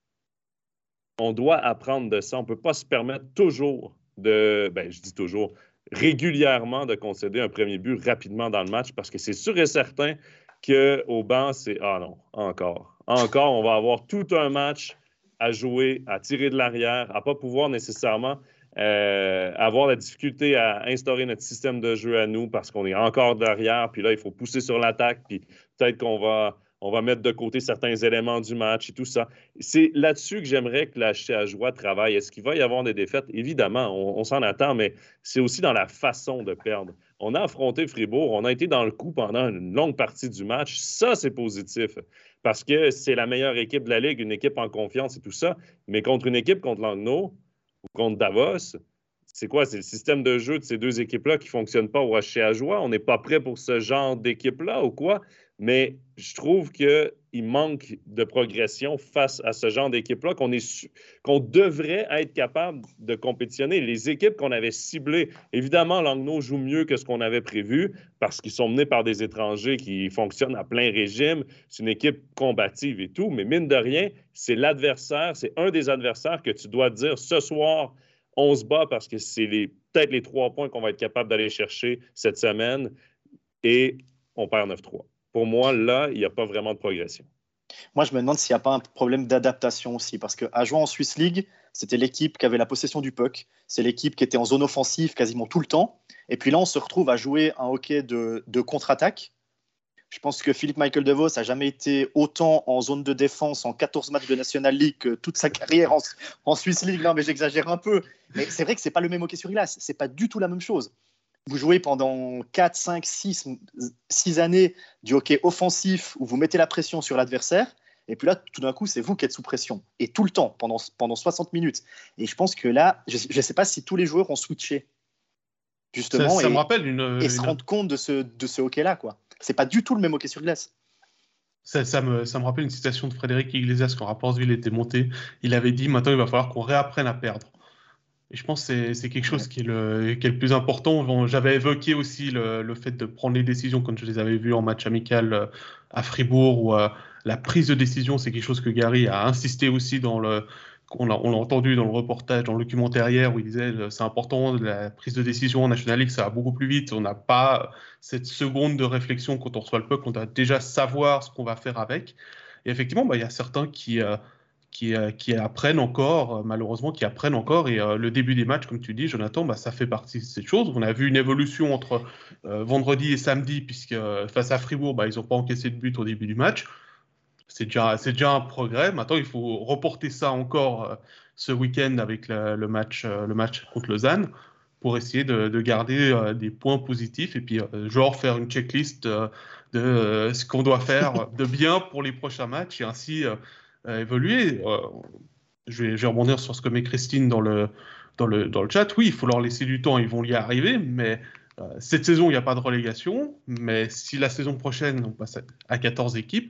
On doit apprendre de ça. On ne peut pas se permettre toujours de, ben, je dis toujours, régulièrement de concéder un premier but rapidement dans le match parce que c'est sûr et certain qu'au banc, c'est « Ah non, encore. Encore, on va avoir tout un match à jouer, à tirer de l'arrière, à ne pas pouvoir nécessairement euh, avoir la difficulté à instaurer notre système de jeu à nous parce qu'on est encore derrière, puis là, il faut pousser sur l'attaque, puis peut-être qu'on va, on va mettre de côté certains éléments du match et tout ça. » C'est là-dessus que j'aimerais que la H C Ajoie travaille. Est-ce qu'il va y avoir des défaites? Évidemment, on, on s'en attend, mais c'est aussi dans la façon de perdre. On a affronté Fribourg, on a été dans le coup pendant une longue partie du match. Ça, c'est positif parce que c'est la meilleure équipe de la Ligue, une équipe en confiance et tout ça. Mais contre une équipe contre Langnau ou contre Davos, c'est quoi? C'est le système de jeu de ces deux équipes-là qui ne fonctionne pas au H C Ajoie. On n'est pas prêt pour ce genre d'équipe-là ou quoi? Mais je trouve qu'il manque de progression face à ce genre d'équipe-là, qu'on est su- qu'on devrait être capable de compétitionner. Les équipes qu'on avait ciblées, évidemment, Langnau joue mieux que ce qu'on avait prévu parce qu'ils sont menés par des étrangers qui fonctionnent à plein régime. C'est une équipe combative et tout, mais mine de rien, c'est l'adversaire, c'est un des adversaires que tu dois te dire ce soir, on se bat parce que c'est les, peut-être les trois points qu'on va être capable d'aller chercher cette semaine et on perd neuf trois. Pour moi, là, il n'y a pas vraiment de progression. Moi, je me demande s'il n'y a pas un problème d'adaptation aussi. Parce qu'à jouer en Swiss League, c'était l'équipe qui avait la possession du puck. C'est l'équipe qui était en zone offensive quasiment tout le temps. Et puis là, on se retrouve à jouer un hockey de, de contre-attaque. Je pense que Philippe Michael DeVos n'a jamais été autant en zone de défense en quatorze matchs de National League que toute sa carrière en, en Swiss League. Non, mais j'exagère un peu. Mais c'est vrai que ce n'est pas le même hockey sur glace. Ce n'est pas du tout la même chose. Vous jouez pendant quatre, cinq, six, six années du hockey offensif où vous mettez la pression sur l'adversaire. Et puis là, tout d'un coup, c'est vous qui êtes sous pression. Et tout le temps, pendant, pendant soixante minutes. Et je pense que là, je ne sais pas si tous les joueurs ont switché. Justement, ça, ça et, me rappelle une, et une... se rendre compte de ce, de ce hockey-là, quoi. C'est pas du tout le même hockey sur glace. Ça, ça, me, ça me rappelle une citation de Frédéric Iglesias quand Rapportville était monté. Il avait dit « Maintenant, il va falloir qu'on réapprenne à perdre ». Et je pense que c'est, c'est quelque chose ouais. qui, est le, qui est le plus important. Bon, j'avais évoqué aussi le, le fait de prendre les décisions quand je les avais vues en match amical à Fribourg, où euh, la prise de décision, c'est quelque chose que Gary a insisté aussi dans le... On l'a, on l'a entendu dans le reportage, dans le documentaire hier, où il disait que c'est important, la prise de décision en National League, ça va beaucoup plus vite. On n'a pas cette seconde de réflexion quand on reçoit le puck, on doit déjà savoir ce qu'on va faire avec. Et effectivement, bah, y a certains qui... Euh, Qui, euh, qui apprennent encore, euh, malheureusement, qui apprennent encore. Et euh, le début des matchs, comme tu dis, Jonathan, bah, ça fait partie de ces choses. On a vu une évolution entre euh, vendredi et samedi, puisque euh, face à Fribourg, bah, ils n'ont pas encaissé de but au début du match. C'est déjà, c'est déjà un progrès. Maintenant, il faut reporter ça encore euh, ce week-end avec le, le, match, euh, le match contre Lausanne pour essayer de, de garder euh, des points positifs et puis euh, genre faire une checklist euh, de euh, ce qu'on doit faire de bien pour les prochains matchs et ainsi euh, euh, évoluer. Euh, je, vais, je vais rebondir sur ce que met Christine dans le, dans, le, dans le chat. Oui, il faut leur laisser du temps, ils vont y arriver, mais euh, cette saison, il n'y a pas de relégation. Mais si la saison prochaine, on passe à quatorze équipes,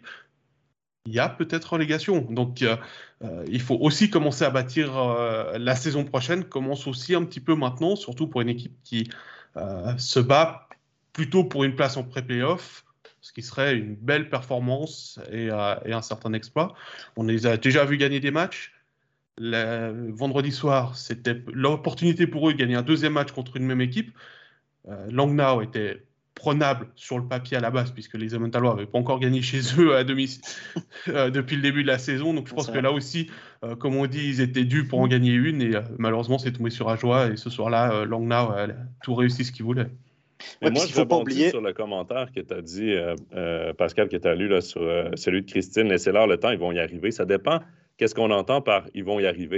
il y a peut-être relégation. Donc, euh, euh, il faut aussi commencer à bâtir euh, la saison prochaine, commence aussi un petit peu maintenant, surtout pour une équipe qui euh, se bat plutôt pour une place en pré-playoff, ce qui serait une belle performance et, euh, et un certain exploit. On les a déjà vus gagner des matchs. Le vendredi soir, c'était l'opportunité pour eux de gagner un deuxième match contre une même équipe. Euh, Langnau était prenable sur le papier à la base, puisque les Emmentalois n'avaient pas encore gagné chez eux à domicile euh, depuis le début de la saison. Donc je pense que là aussi, euh, comme on dit, ils étaient dus pour en gagner une, et euh, malheureusement, c'est tombé sur Ajoie, et ce soir-là, euh, Langnau a tout réussi ce qu'il voulait. Mais ouais, moi, il je faut pas rebondis oublier sur le commentaire que tu as dit, euh, euh, Pascal, que tu as lu là, sur euh, celui de Christine. Laissez-leur le temps, ils vont y arriver. Ça dépend qu'est-ce qu'on entend par « ils vont y arriver ».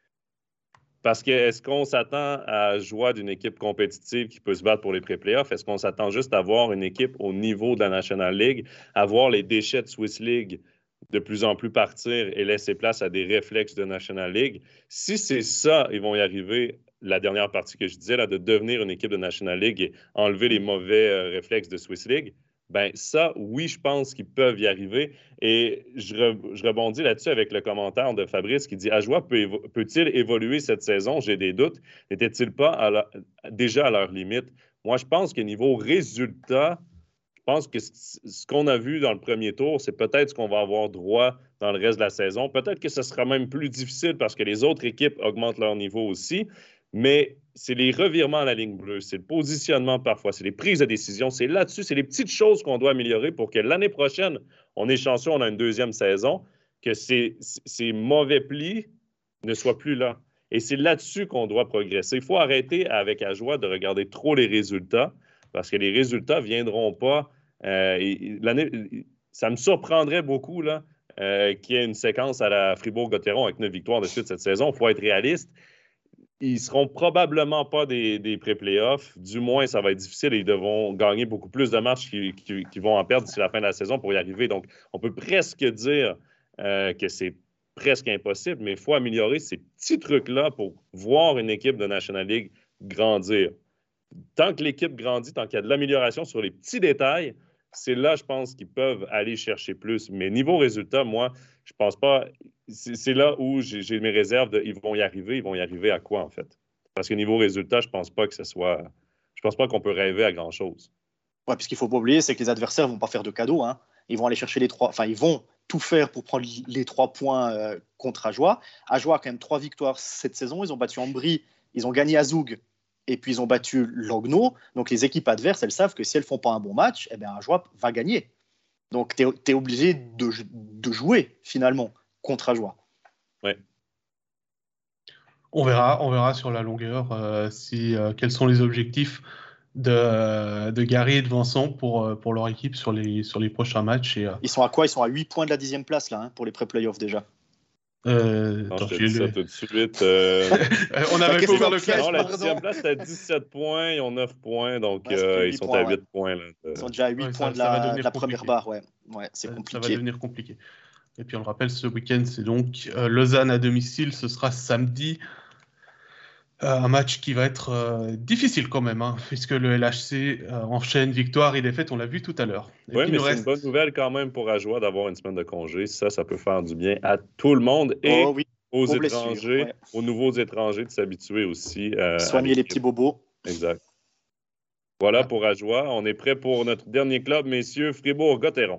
Parce que est-ce qu'on s'attend à jouer d'une équipe compétitive qui peut se battre pour les pré-playoffs? Est-ce qu'on s'attend juste à voir une équipe au niveau de la National League, à voir les déchets de Swiss League de plus en plus partir et laisser place à des réflexes de National League? Si c'est ça, ils vont y arriver. La dernière partie que je disais, là, de devenir une équipe de National League et enlever les mauvais euh, réflexes de Swiss League, ben ça, oui, je pense qu'ils peuvent y arriver. Et je, re, je rebondis là-dessus avec le commentaire de Fabrice qui dit « Ajoie peut, peut-il évoluer cette saison? J'ai des doutes. N'était-il pas à la, déjà à leur limite? » Moi, je pense que niveau résultat, je pense que ce qu'on a vu dans le premier tour, c'est peut-être ce qu'on va avoir droit dans le reste de la saison. Peut-être que ce sera même plus difficile parce que les autres équipes augmentent leur niveau aussi. Mais c'est les revirements à la ligne bleue, c'est le positionnement parfois, c'est les prises de décision, c'est là-dessus, c'est les petites choses qu'on doit améliorer pour que l'année prochaine, on est chanceux, on a une deuxième saison, que ces, ces mauvais plis ne soient plus là. Et c'est là-dessus qu'on doit progresser. Il faut arrêter avec Ajoie de regarder trop les résultats, parce que les résultats ne viendront pas. Euh, et, l'année, ça me surprendrait beaucoup là, euh, qu'il y ait une séquence à la Fribourg-Gotteron avec neuf victoires de suite cette saison. Il faut être réaliste. Ils ne seront probablement pas des, des pré-playoffs. Du moins, ça va être difficile et ils devront gagner beaucoup plus de matchs qu'ils qui, qui vont en perdre d'ici la fin de la saison pour y arriver. Donc, on peut presque dire euh, que c'est presque impossible, mais il faut améliorer ces petits trucs-là pour voir une équipe de National League grandir. Tant que l'équipe grandit, tant qu'il y a de l'amélioration sur les petits détails, c'est là, je pense, qu'ils peuvent aller chercher plus. Mais niveau résultat, moi, je pense pas... C'est, c'est là où j'ai, j'ai mes réserves de « ils vont y arriver ». Ils vont y arriver à quoi, en fait? Parce que niveau résultat, je pense pas que ce soit... Je pense pas qu'on peut rêver à grand-chose. Ouais, puis ce qu'il faut pas oublier, c'est que les adversaires vont pas faire de cadeaux. Hein. Ils vont aller chercher les trois... Enfin, ils vont tout faire pour prendre les trois points euh, contre Ajoie. Ajoie a quand même trois victoires cette saison. Ils ont battu Ambry, ils ont gagné à Zoug, et puis ils ont battu Langnau. Donc les équipes adverses, elles savent que si elles font pas un bon match, eh bien Ajoie va gagner. Donc tu es obligé de, de jouer, finalement, contre Ajoie. Oui. On verra, on verra sur la longueur euh, si, euh, quels sont les objectifs de, de Gary et de Vincent pour, pour leur équipe sur les, sur les prochains matchs. Et, euh... Ils sont à quoi? Ils sont à huit points de la dixième place là, hein, pour les pré-playoffs déjà. Euh, non, je te dis ça tout de suite. Euh... on avait pas ouvert le classement. Non, la dixième place, c'était dix-sept points, ils ont neuf points, donc ouais, euh, ils sont points, à huit ouais. points. Là, de... Ils sont déjà à huit ouais, points ça, de la, de la première barre, ouais. Ouais, c'est ça, compliqué. Ça va devenir compliqué. Et puis on le rappelle, ce week-end, c'est donc euh, Lausanne à domicile, ce sera samedi. Euh, un match qui va être euh, difficile quand même, hein, puisque le L H C euh, enchaîne victoire et défaite, on l'a vu tout à l'heure. Oui, mais c'est reste... une bonne nouvelle quand même pour Ajoie d'avoir une semaine de congé. Ça, ça peut faire du bien à tout le monde et oh, oui. aux, aux étrangers, blessures, ouais. aux nouveaux étrangers de s'habituer aussi. Euh, Soigner les petits bobos. Exact. Voilà ouais. pour Ajoie. On est prêt pour notre dernier club, messieurs, Fribourg-Gotteron.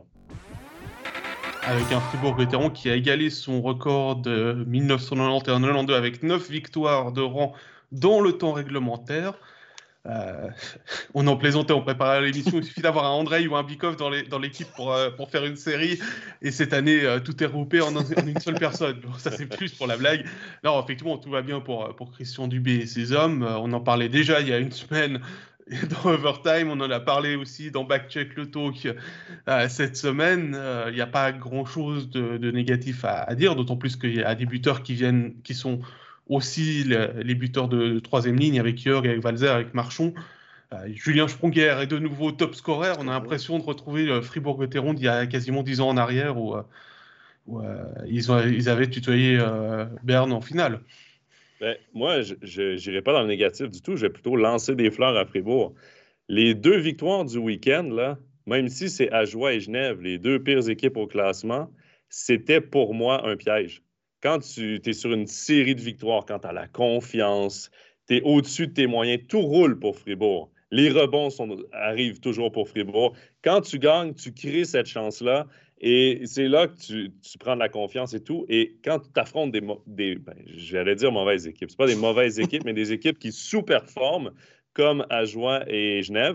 Avec un Fribourg-Gotteron qui a égalé son record de mille neuf cent quatre-vingt-onze quatre-vingt-deux avec neuf victoires de rang dans le temps réglementaire. Euh, on en plaisantait, on préparait l'émission, il suffit d'avoir un Andrei ou un Bikov dans, les, dans l'équipe pour, euh, pour faire une série. Et cette année, euh, tout est regroupé en, en une seule personne. Bon, ça, c'est plus pour la blague. Non, effectivement, tout va bien pour, pour Christian Dubé et ses hommes. Euh, on en parlait déjà il y a une semaine dans Overtime. On en a parlé aussi dans Backcheck le Talk euh, cette semaine. Il euh, n'y a pas grand-chose de, de négatif à, à dire, d'autant plus qu'il y a des buteurs qui, viennent, qui sont... aussi le, les buteurs de, de troisième ligne avec Jörg, avec Walzer, avec Marchon. Euh, Julien Sprunger est de nouveau top scorer. On a l'impression de retrouver le Fribourg-Gotteron d'il y a quasiment dix ans en arrière où, où euh, ils, ont, ils avaient tutoyé euh, Berne en finale. Ben, moi, je n'irai pas dans le négatif du tout. Je vais plutôt lancer des fleurs à Fribourg. Les deux victoires du week-end, là, même si c'est Ajoie et Genève, les deux pires équipes au classement, c'était pour moi un piège. Quand tu es sur une série de victoires, quand tu as la confiance, tu es au-dessus de tes moyens, tout roule pour Fribourg. Les rebonds sont, arrivent toujours pour Fribourg. Quand tu gagnes, tu crées cette chance-là et c'est là que tu, tu prends de la confiance et tout. Et quand tu affrontes des, des ben, j'allais dire mauvaises équipes, c'est pas des mauvaises équipes, mais des équipes qui sous-performent comme Ajoie et Genève,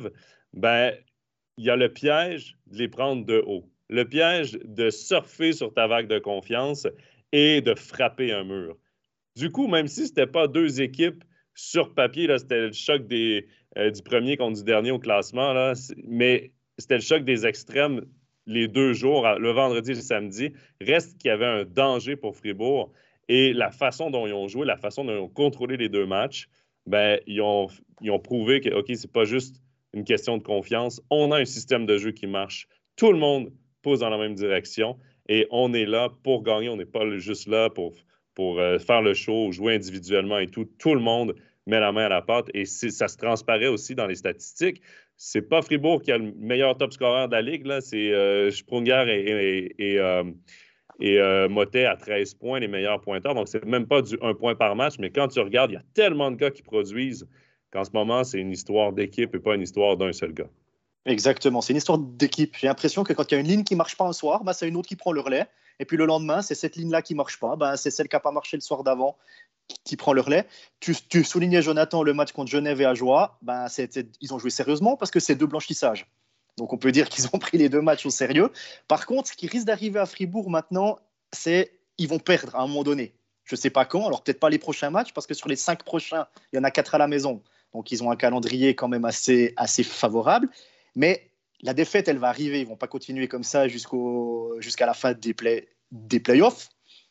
ben, il y a le piège de les prendre de haut. Le piège de surfer sur ta vague de confiance et de frapper un mur. Du coup, même si ce n'était pas deux équipes sur papier, là, c'était le choc des, euh, du premier contre du dernier au classement, là, mais c'était le choc des extrêmes les deux jours, le vendredi et le samedi. Reste qu'il y avait un danger pour Fribourg. Et la façon dont ils ont joué, la façon dont ils ont contrôlé les deux matchs, ben, ils, ont, ils ont prouvé que, OK, c'est pas juste une question de confiance. On a un système de jeu qui marche. Tout le monde pousse dans la même direction et on est là pour gagner. On n'est pas juste là pour, pour euh, faire le show, jouer individuellement et tout. Tout le monde met la main à la pâte et ça se transparaît aussi dans les statistiques. C'est pas Fribourg qui a le meilleur top scoreur de la Ligue, là. C'est euh, Sprunger et, et, et, euh, et euh, Motet à treize points, les meilleurs pointeurs. Donc, c'est même pas du un point par match, mais quand tu regardes, il y a tellement de gars qui produisent qu'en ce moment, c'est une histoire d'équipe et pas une histoire d'un seul gars. Exactement, c'est une histoire d'équipe. J'ai l'impression que quand il y a une ligne qui ne marche pas un soir, bah, c'est une autre qui prend le relais. Et puis le lendemain, c'est cette ligne-là qui ne marche pas. Bah, c'est celle qui n'a pas marché le soir d'avant qui prend le relais. Tu, tu soulignais, Jonathan, le match contre Genève et Ajoie. Bah, ils ont joué sérieusement parce que c'est deux blanchissages. Donc on peut dire qu'ils ont pris les deux matchs au sérieux. Par contre, ce qui risque d'arriver à Fribourg maintenant, c'est qu'ils vont perdre à un moment donné. Je ne sais pas quand, alors peut-être pas les prochains matchs, parce que sur les cinq prochains, il y en a quatre à la maison. Donc ils ont un calendrier quand même assez, assez favorable. Mais la défaite, elle va arriver. Ils ne vont pas continuer comme ça jusqu'au, jusqu'à la fin des, play, des playoffs.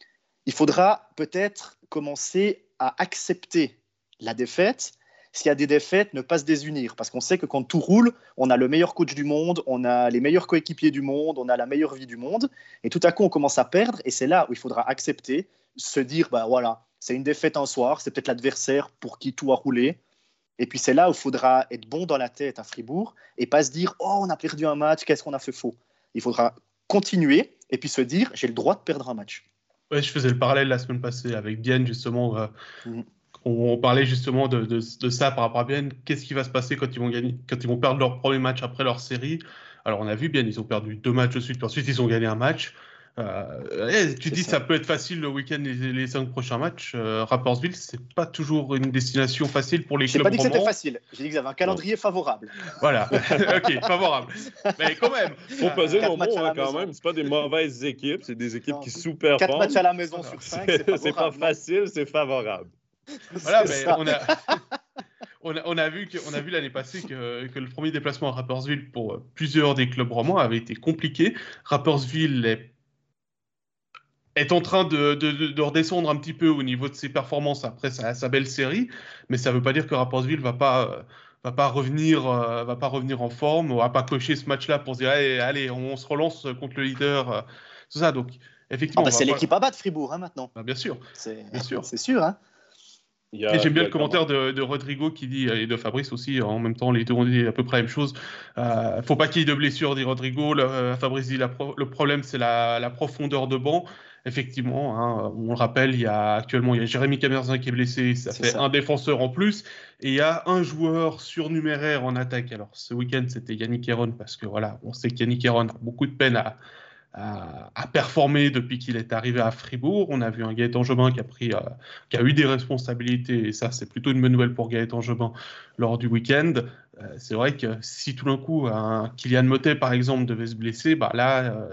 Il faudra peut-être commencer à accepter la défaite. S'il y a des défaites, ne pas se désunir. Parce qu'on sait que quand tout roule, on a le meilleur coach du monde, on a les meilleurs coéquipiers du monde, on a la meilleure vie du monde. Et tout à coup, on commence à perdre. Et c'est là où il faudra accepter, se dire, bah voilà, c'est une défaite un soir, c'est peut-être l'adversaire pour qui tout a roulé. Et puis c'est là où il faudra être bon dans la tête à Fribourg et pas se dire « Oh, on a perdu un match, qu'est-ce qu'on a fait faux ?» Il faudra continuer et puis se dire « J'ai le droit de perdre un match. » Ouais, je faisais le parallèle la semaine passée avec Bienne, justement. Euh, mmh. on, on parlait justement de, de, de ça par rapport à Bienne. Qu'est-ce qui va se passer quand ils vont gagner, quand ils vont perdre leur premier match après leur série? Alors on a vu Bienne, ils ont perdu deux matchs de suite, puis ensuite ils ont gagné un match. Euh, tu dis ça. ça peut être facile le week-end, les, les cinq prochains matchs. Euh, Rapperswil, c'est pas toujours une destination facile pour les clubs romans. J'ai pas dit que c'était facile. J'ai dit qu'ils avaient un calendrier non. favorable. Voilà, ok, favorable. Mais quand même, faut peser mon mot hein, quand même. C'est pas des mauvaises équipes, c'est des équipes non. qui sous-performent. Quatre matchs à la maison sur cinq, c'est, c'est pas facile, c'est favorable. Voilà, mais on a. On a, on, a vu que, on a vu l'année passée que, que le premier déplacement à Rapperswil pour plusieurs des clubs romans avait été compliqué. Rapperswil est est en train de, de, de redescendre un petit peu au niveau de ses performances après sa, sa belle série, mais ça ne veut pas dire que Rapperswil ne va pas, va, pas revenir, euh, va pas revenir en forme, on ne va pas cocher ce match-là pour se dire hey, allez, on, on se relance contre le leader, euh, tout ça. Donc, effectivement, ah bah c'est pas... l'équipe à battre Fribourg hein, maintenant. Bah, bien sûr, c'est, bien sûr. C'est sûr, hein. Il y a, et j'aime bien le commentaire de, de Rodrigo qui dit, et de Fabrice aussi, en même temps, les deux ont dit à peu près la même chose. Il euh, ne faut pas qu'il y ait de blessures, dit Rodrigo. Le, euh, Fabrice dit la pro, le problème, c'est la, la profondeur de banc. Effectivement, hein, on le rappelle, il y a actuellement il y a Jérémy Camerzin qui est blessé, ça c'est fait ça. Un défenseur en plus, et il y a un joueur surnuméraire en attaque. Alors ce week-end, c'était Yannick Heron, parce que voilà, on sait qu'Yannick Heron a beaucoup de peine à, à, à performer depuis qu'il est arrivé à Fribourg. On a vu un Gaëtan Jobin qui a, pris, euh, qui a eu des responsabilités, et ça, c'est plutôt une bonne nouvelle pour Gaëtan Jobin lors du week-end. Euh, c'est vrai que si tout d'un coup, un Kylian Motet, par exemple, devait se blesser, bah là, euh,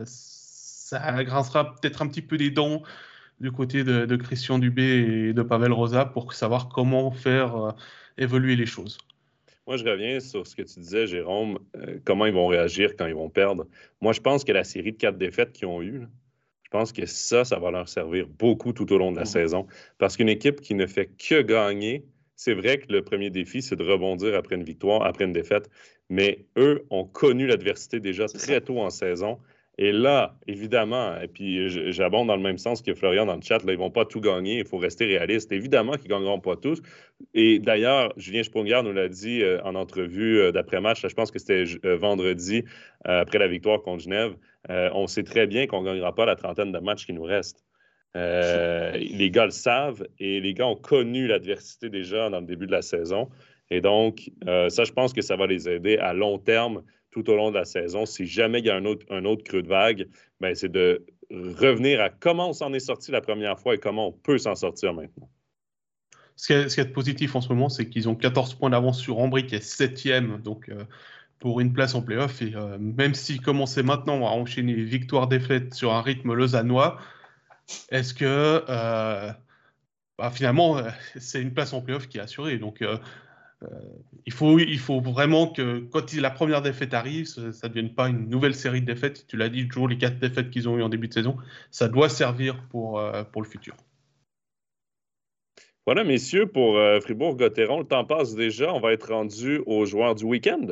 ça grincera peut-être un petit peu des dents du côté de, de Christian Dubé et de Pavel Rosa pour savoir comment faire euh, évoluer les choses. Moi, je reviens sur ce que tu disais, Jérôme, euh, comment ils vont réagir quand ils vont perdre. Moi, je pense que la série de quatre défaites qu'ils ont eues, là, je pense que ça, ça va leur servir beaucoup tout au long de la mmh. saison. Parce qu'une équipe qui ne fait que gagner, c'est vrai que le premier défi, c'est de rebondir après une victoire, après une défaite. Mais eux ont connu l'adversité déjà c'est très ça. tôt en saison. Et là, évidemment, et puis j'abonde dans le même sens que Florian dans le chat, là, ils ne vont pas tout gagner, il faut rester réaliste. Évidemment qu'ils ne gagneront pas tous. Et d'ailleurs, Julien Sprunger nous l'a dit euh, en entrevue euh, d'après-match, là, je pense que c'était euh, vendredi, euh, après la victoire contre Genève, euh, on sait très bien qu'on ne gagnera pas la trentaine de matchs qui nous restent. Euh, les gars le savent et les gars ont connu l'adversité déjà dans le début de la saison. Et donc, euh, ça, je pense que ça va les aider à long terme tout au long de la saison. Si jamais il y a un autre, un autre creux de vague, ben, c'est de revenir à comment on s'en est sorti la première fois et comment on peut s'en sortir maintenant. Ce qui est, ce qui est positif en ce moment, c'est qu'ils ont quatorze points d'avance sur Ambry, qui est septième. Donc, euh, pour une place en play-off. Et euh, même s'ils commençaient maintenant à enchaîner victoire-défaite sur un rythme lausannois, est-ce que euh, bah, finalement euh, c'est une place en play-off qui est assurée. Donc euh, euh, il, faut, il faut vraiment que quand la première défaite arrive, ça ne devienne pas une nouvelle série de défaites. Tu l'as dit, toujours les quatre défaites qu'ils ont eues en début de saison, ça doit servir pour, euh, pour le futur. Voilà, messieurs, pour euh, Fribourg-Gotteron, le temps passe déjà. On va être rendu aux joueurs du week-end.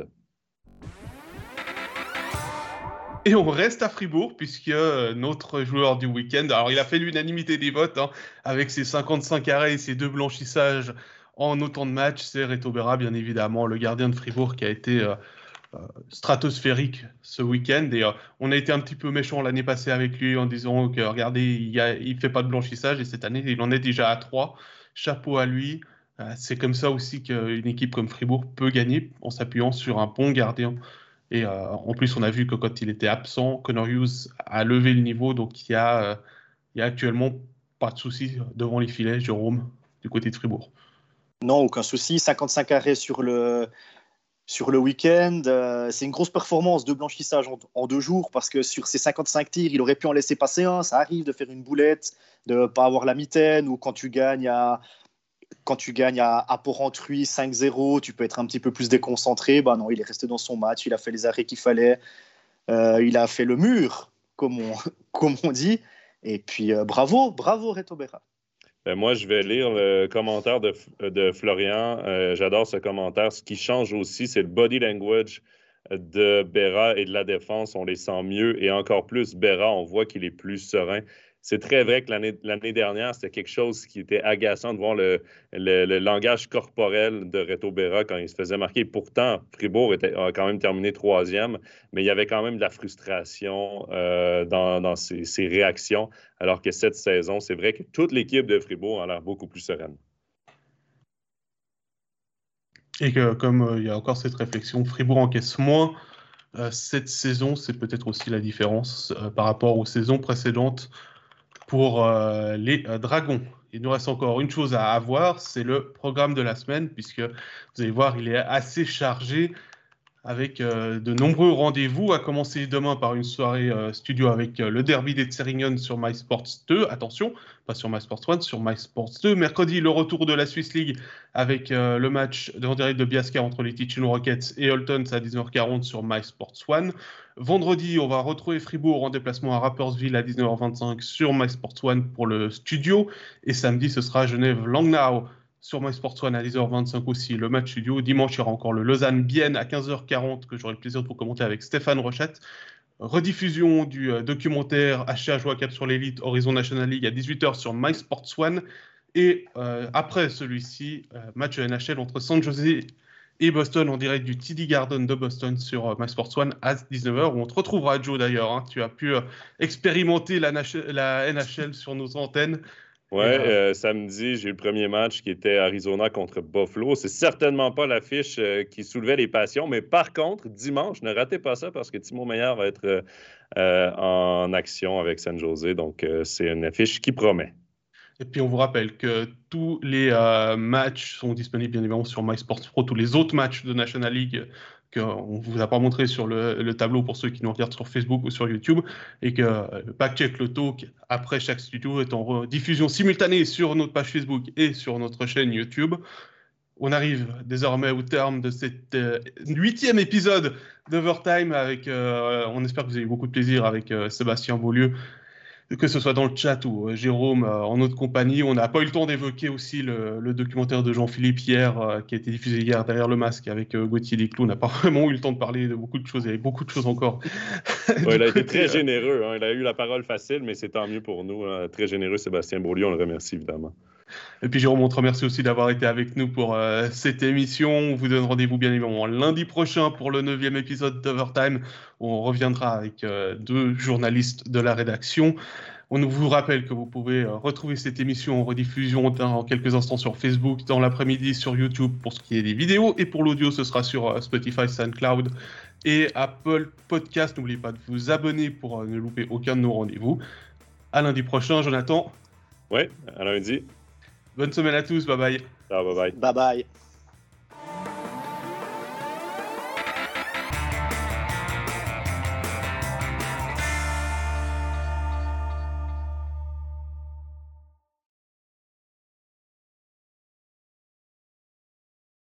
Et on reste à Fribourg, puisque euh, notre joueur du week-end, alors il a fait l'unanimité des votes, hein, avec ses cinquante-cinq arrêts et ses deux blanchissages en autant de matchs, c'est Reto Berra, bien évidemment, le gardien de Fribourg qui a été euh, euh, stratosphérique ce week-end. Et euh, on a été un petit peu méchant l'année passée avec lui en disant que, regardez, il ne fait pas de blanchissage, et cette année, il en est déjà à trois. Chapeau à lui. Euh, c'est comme ça aussi qu'une équipe comme Fribourg peut gagner, en s'appuyant sur un bon gardien. Et euh, en plus, on a vu que quand il était absent, Connor Hughes a levé le niveau. Donc, il y a, euh, il y a actuellement pas de souci devant les filets, Jérôme, du côté de Fribourg. Non, aucun souci. cinquante-cinq arrêts sur le, sur le week-end. Euh, c'est une grosse performance de blanchissage en, en deux jours parce que sur ces cinquante-cinq tirs, il aurait pu en laisser passer un. Ça arrive de faire une boulette, de ne pas avoir la mitaine, ou quand tu gagnes à, quand tu gagnes à, à Porrentruy cinq zéro, tu peux être un petit peu plus déconcentré. Bah non, il est resté dans son match, il a fait les arrêts qu'il fallait, euh, il a fait le mur, comme on, comme on dit. Et puis euh, bravo, bravo Reto Berra. Ben moi, je vais lire le commentaire de, de Florian. Euh, j'adore ce commentaire. Ce qui change aussi, c'est le body language de Berra et de la défense. On les sent mieux. Et encore plus, Berra, on voit qu'il est plus serein. C'est très vrai que l'année, l'année dernière, c'était quelque chose qui était agaçant de voir le, le, le langage corporel de Reto Berra quand il se faisait marquer. Pourtant, Fribourg était, a quand même terminé troisième, mais il y avait quand même de la frustration euh, dans, dans ses, ses réactions, alors que cette saison, c'est vrai que toute l'équipe de Fribourg a l'air beaucoup plus sereine. Et que, comme euh, il y a encore cette réflexion, Fribourg encaisse moins euh, cette saison, c'est peut-être aussi la différence euh, par rapport aux saisons précédentes. Pour euh, les euh, Dragons, il nous reste encore une chose à avoir, c'est le programme de la semaine, puisque vous allez voir, il est assez chargé avec euh, de nombreux rendez-vous, à commencer demain par une soirée euh, studio avec euh, le derby des Zeringen sur MySports deux, attention, pas sur MySports un, sur MySports deux. Mercredi, le retour de la Swiss League avec euh, le match en direct de Biasca entre les Ticino Rockets et Holtons à dix-neuf heures quarante sur MySports un. Vendredi, on va retrouver Fribourg en déplacement à Rapperswil à dix-neuf heures vingt-cinq sur MySports un pour le studio. Et samedi, ce sera Genève-Langnau sur MySports un à dix heures vingt-cinq aussi, le match studio. Dimanche, il y aura encore le Lausanne-Bienne à quinze heures quarante que j'aurai le plaisir de vous commenter avec Stéphane Rochette. Rediffusion du euh, documentaire H C H Joie Cap sur l'élite Horizon National League à dix-huit heures sur MySports un. Et euh, après celui-ci, euh, match N H L entre San Jose et Boston en direct du T D Garden de Boston sur euh, MySports un à dix-neuf heures, où on te retrouvera, Joe, d'ailleurs. Hein. Tu as pu euh, expérimenter la, la N H L sur nos antennes. Oui, euh, euh, samedi, j'ai eu le premier match qui était Arizona contre Buffalo. C'est certainement pas l'affiche euh, qui soulevait les passions, mais par contre, dimanche, ne ratez pas ça parce que Timo Meyer va être euh, en action avec San Jose. Donc, euh, c'est une affiche qui promet. Et puis, on vous rappelle que tous les euh, matchs sont disponibles, bien évidemment, sur MySports Pro. Tous les autres matchs de National League qu'on ne vous a pas montré sur le, le tableau pour ceux qui nous regardent sur Facebook ou sur YouTube, et que le Backcheck le talk, après chaque studio, est en diffusion simultanée sur notre page Facebook et sur notre chaîne YouTube. On arrive désormais au terme de cet euh, huitième épisode d'Overtime. Avec, euh, on espère que vous avez eu beaucoup de plaisir avec euh, Sébastien Beaulieu, que ce soit dans le chat ou euh, Jérôme euh, en notre compagnie. On n'a pas eu le temps d'évoquer aussi le, le documentaire de Jean-Philippe hier, euh, qui a été diffusé hier, Derrière le masque, avec euh, Gauthier Desclous. On n'a pas vraiment eu le temps de parler de beaucoup de choses. Il y avait beaucoup de choses encore. Ouais, il a été très généreux. Hein. Il a eu la parole facile, mais c'est tant mieux pour nous. Hein. Très généreux, Sébastien Beaulieu. On le remercie, évidemment. Et puis Jérôme, on te remercie aussi d'avoir été avec nous pour euh, cette émission. On vous donne rendez-vous bien évidemment lundi prochain pour le neuvième épisode d'Overtime, où on reviendra avec euh, deux journalistes de la rédaction. On vous rappelle que vous pouvez euh, retrouver cette émission en rediffusion dans quelques instants sur Facebook, dans l'après-midi sur YouTube pour ce qui est des vidéos, et pour l'audio, ce sera sur euh, Spotify, SoundCloud et Apple Podcast. N'oubliez pas de vous abonner pour euh, ne louper aucun de nos rendez-vous. À lundi prochain, Jonathan. Oui, à lundi. Bonne semaine à tous, bye bye. Ciao, bye bye. Bye bye.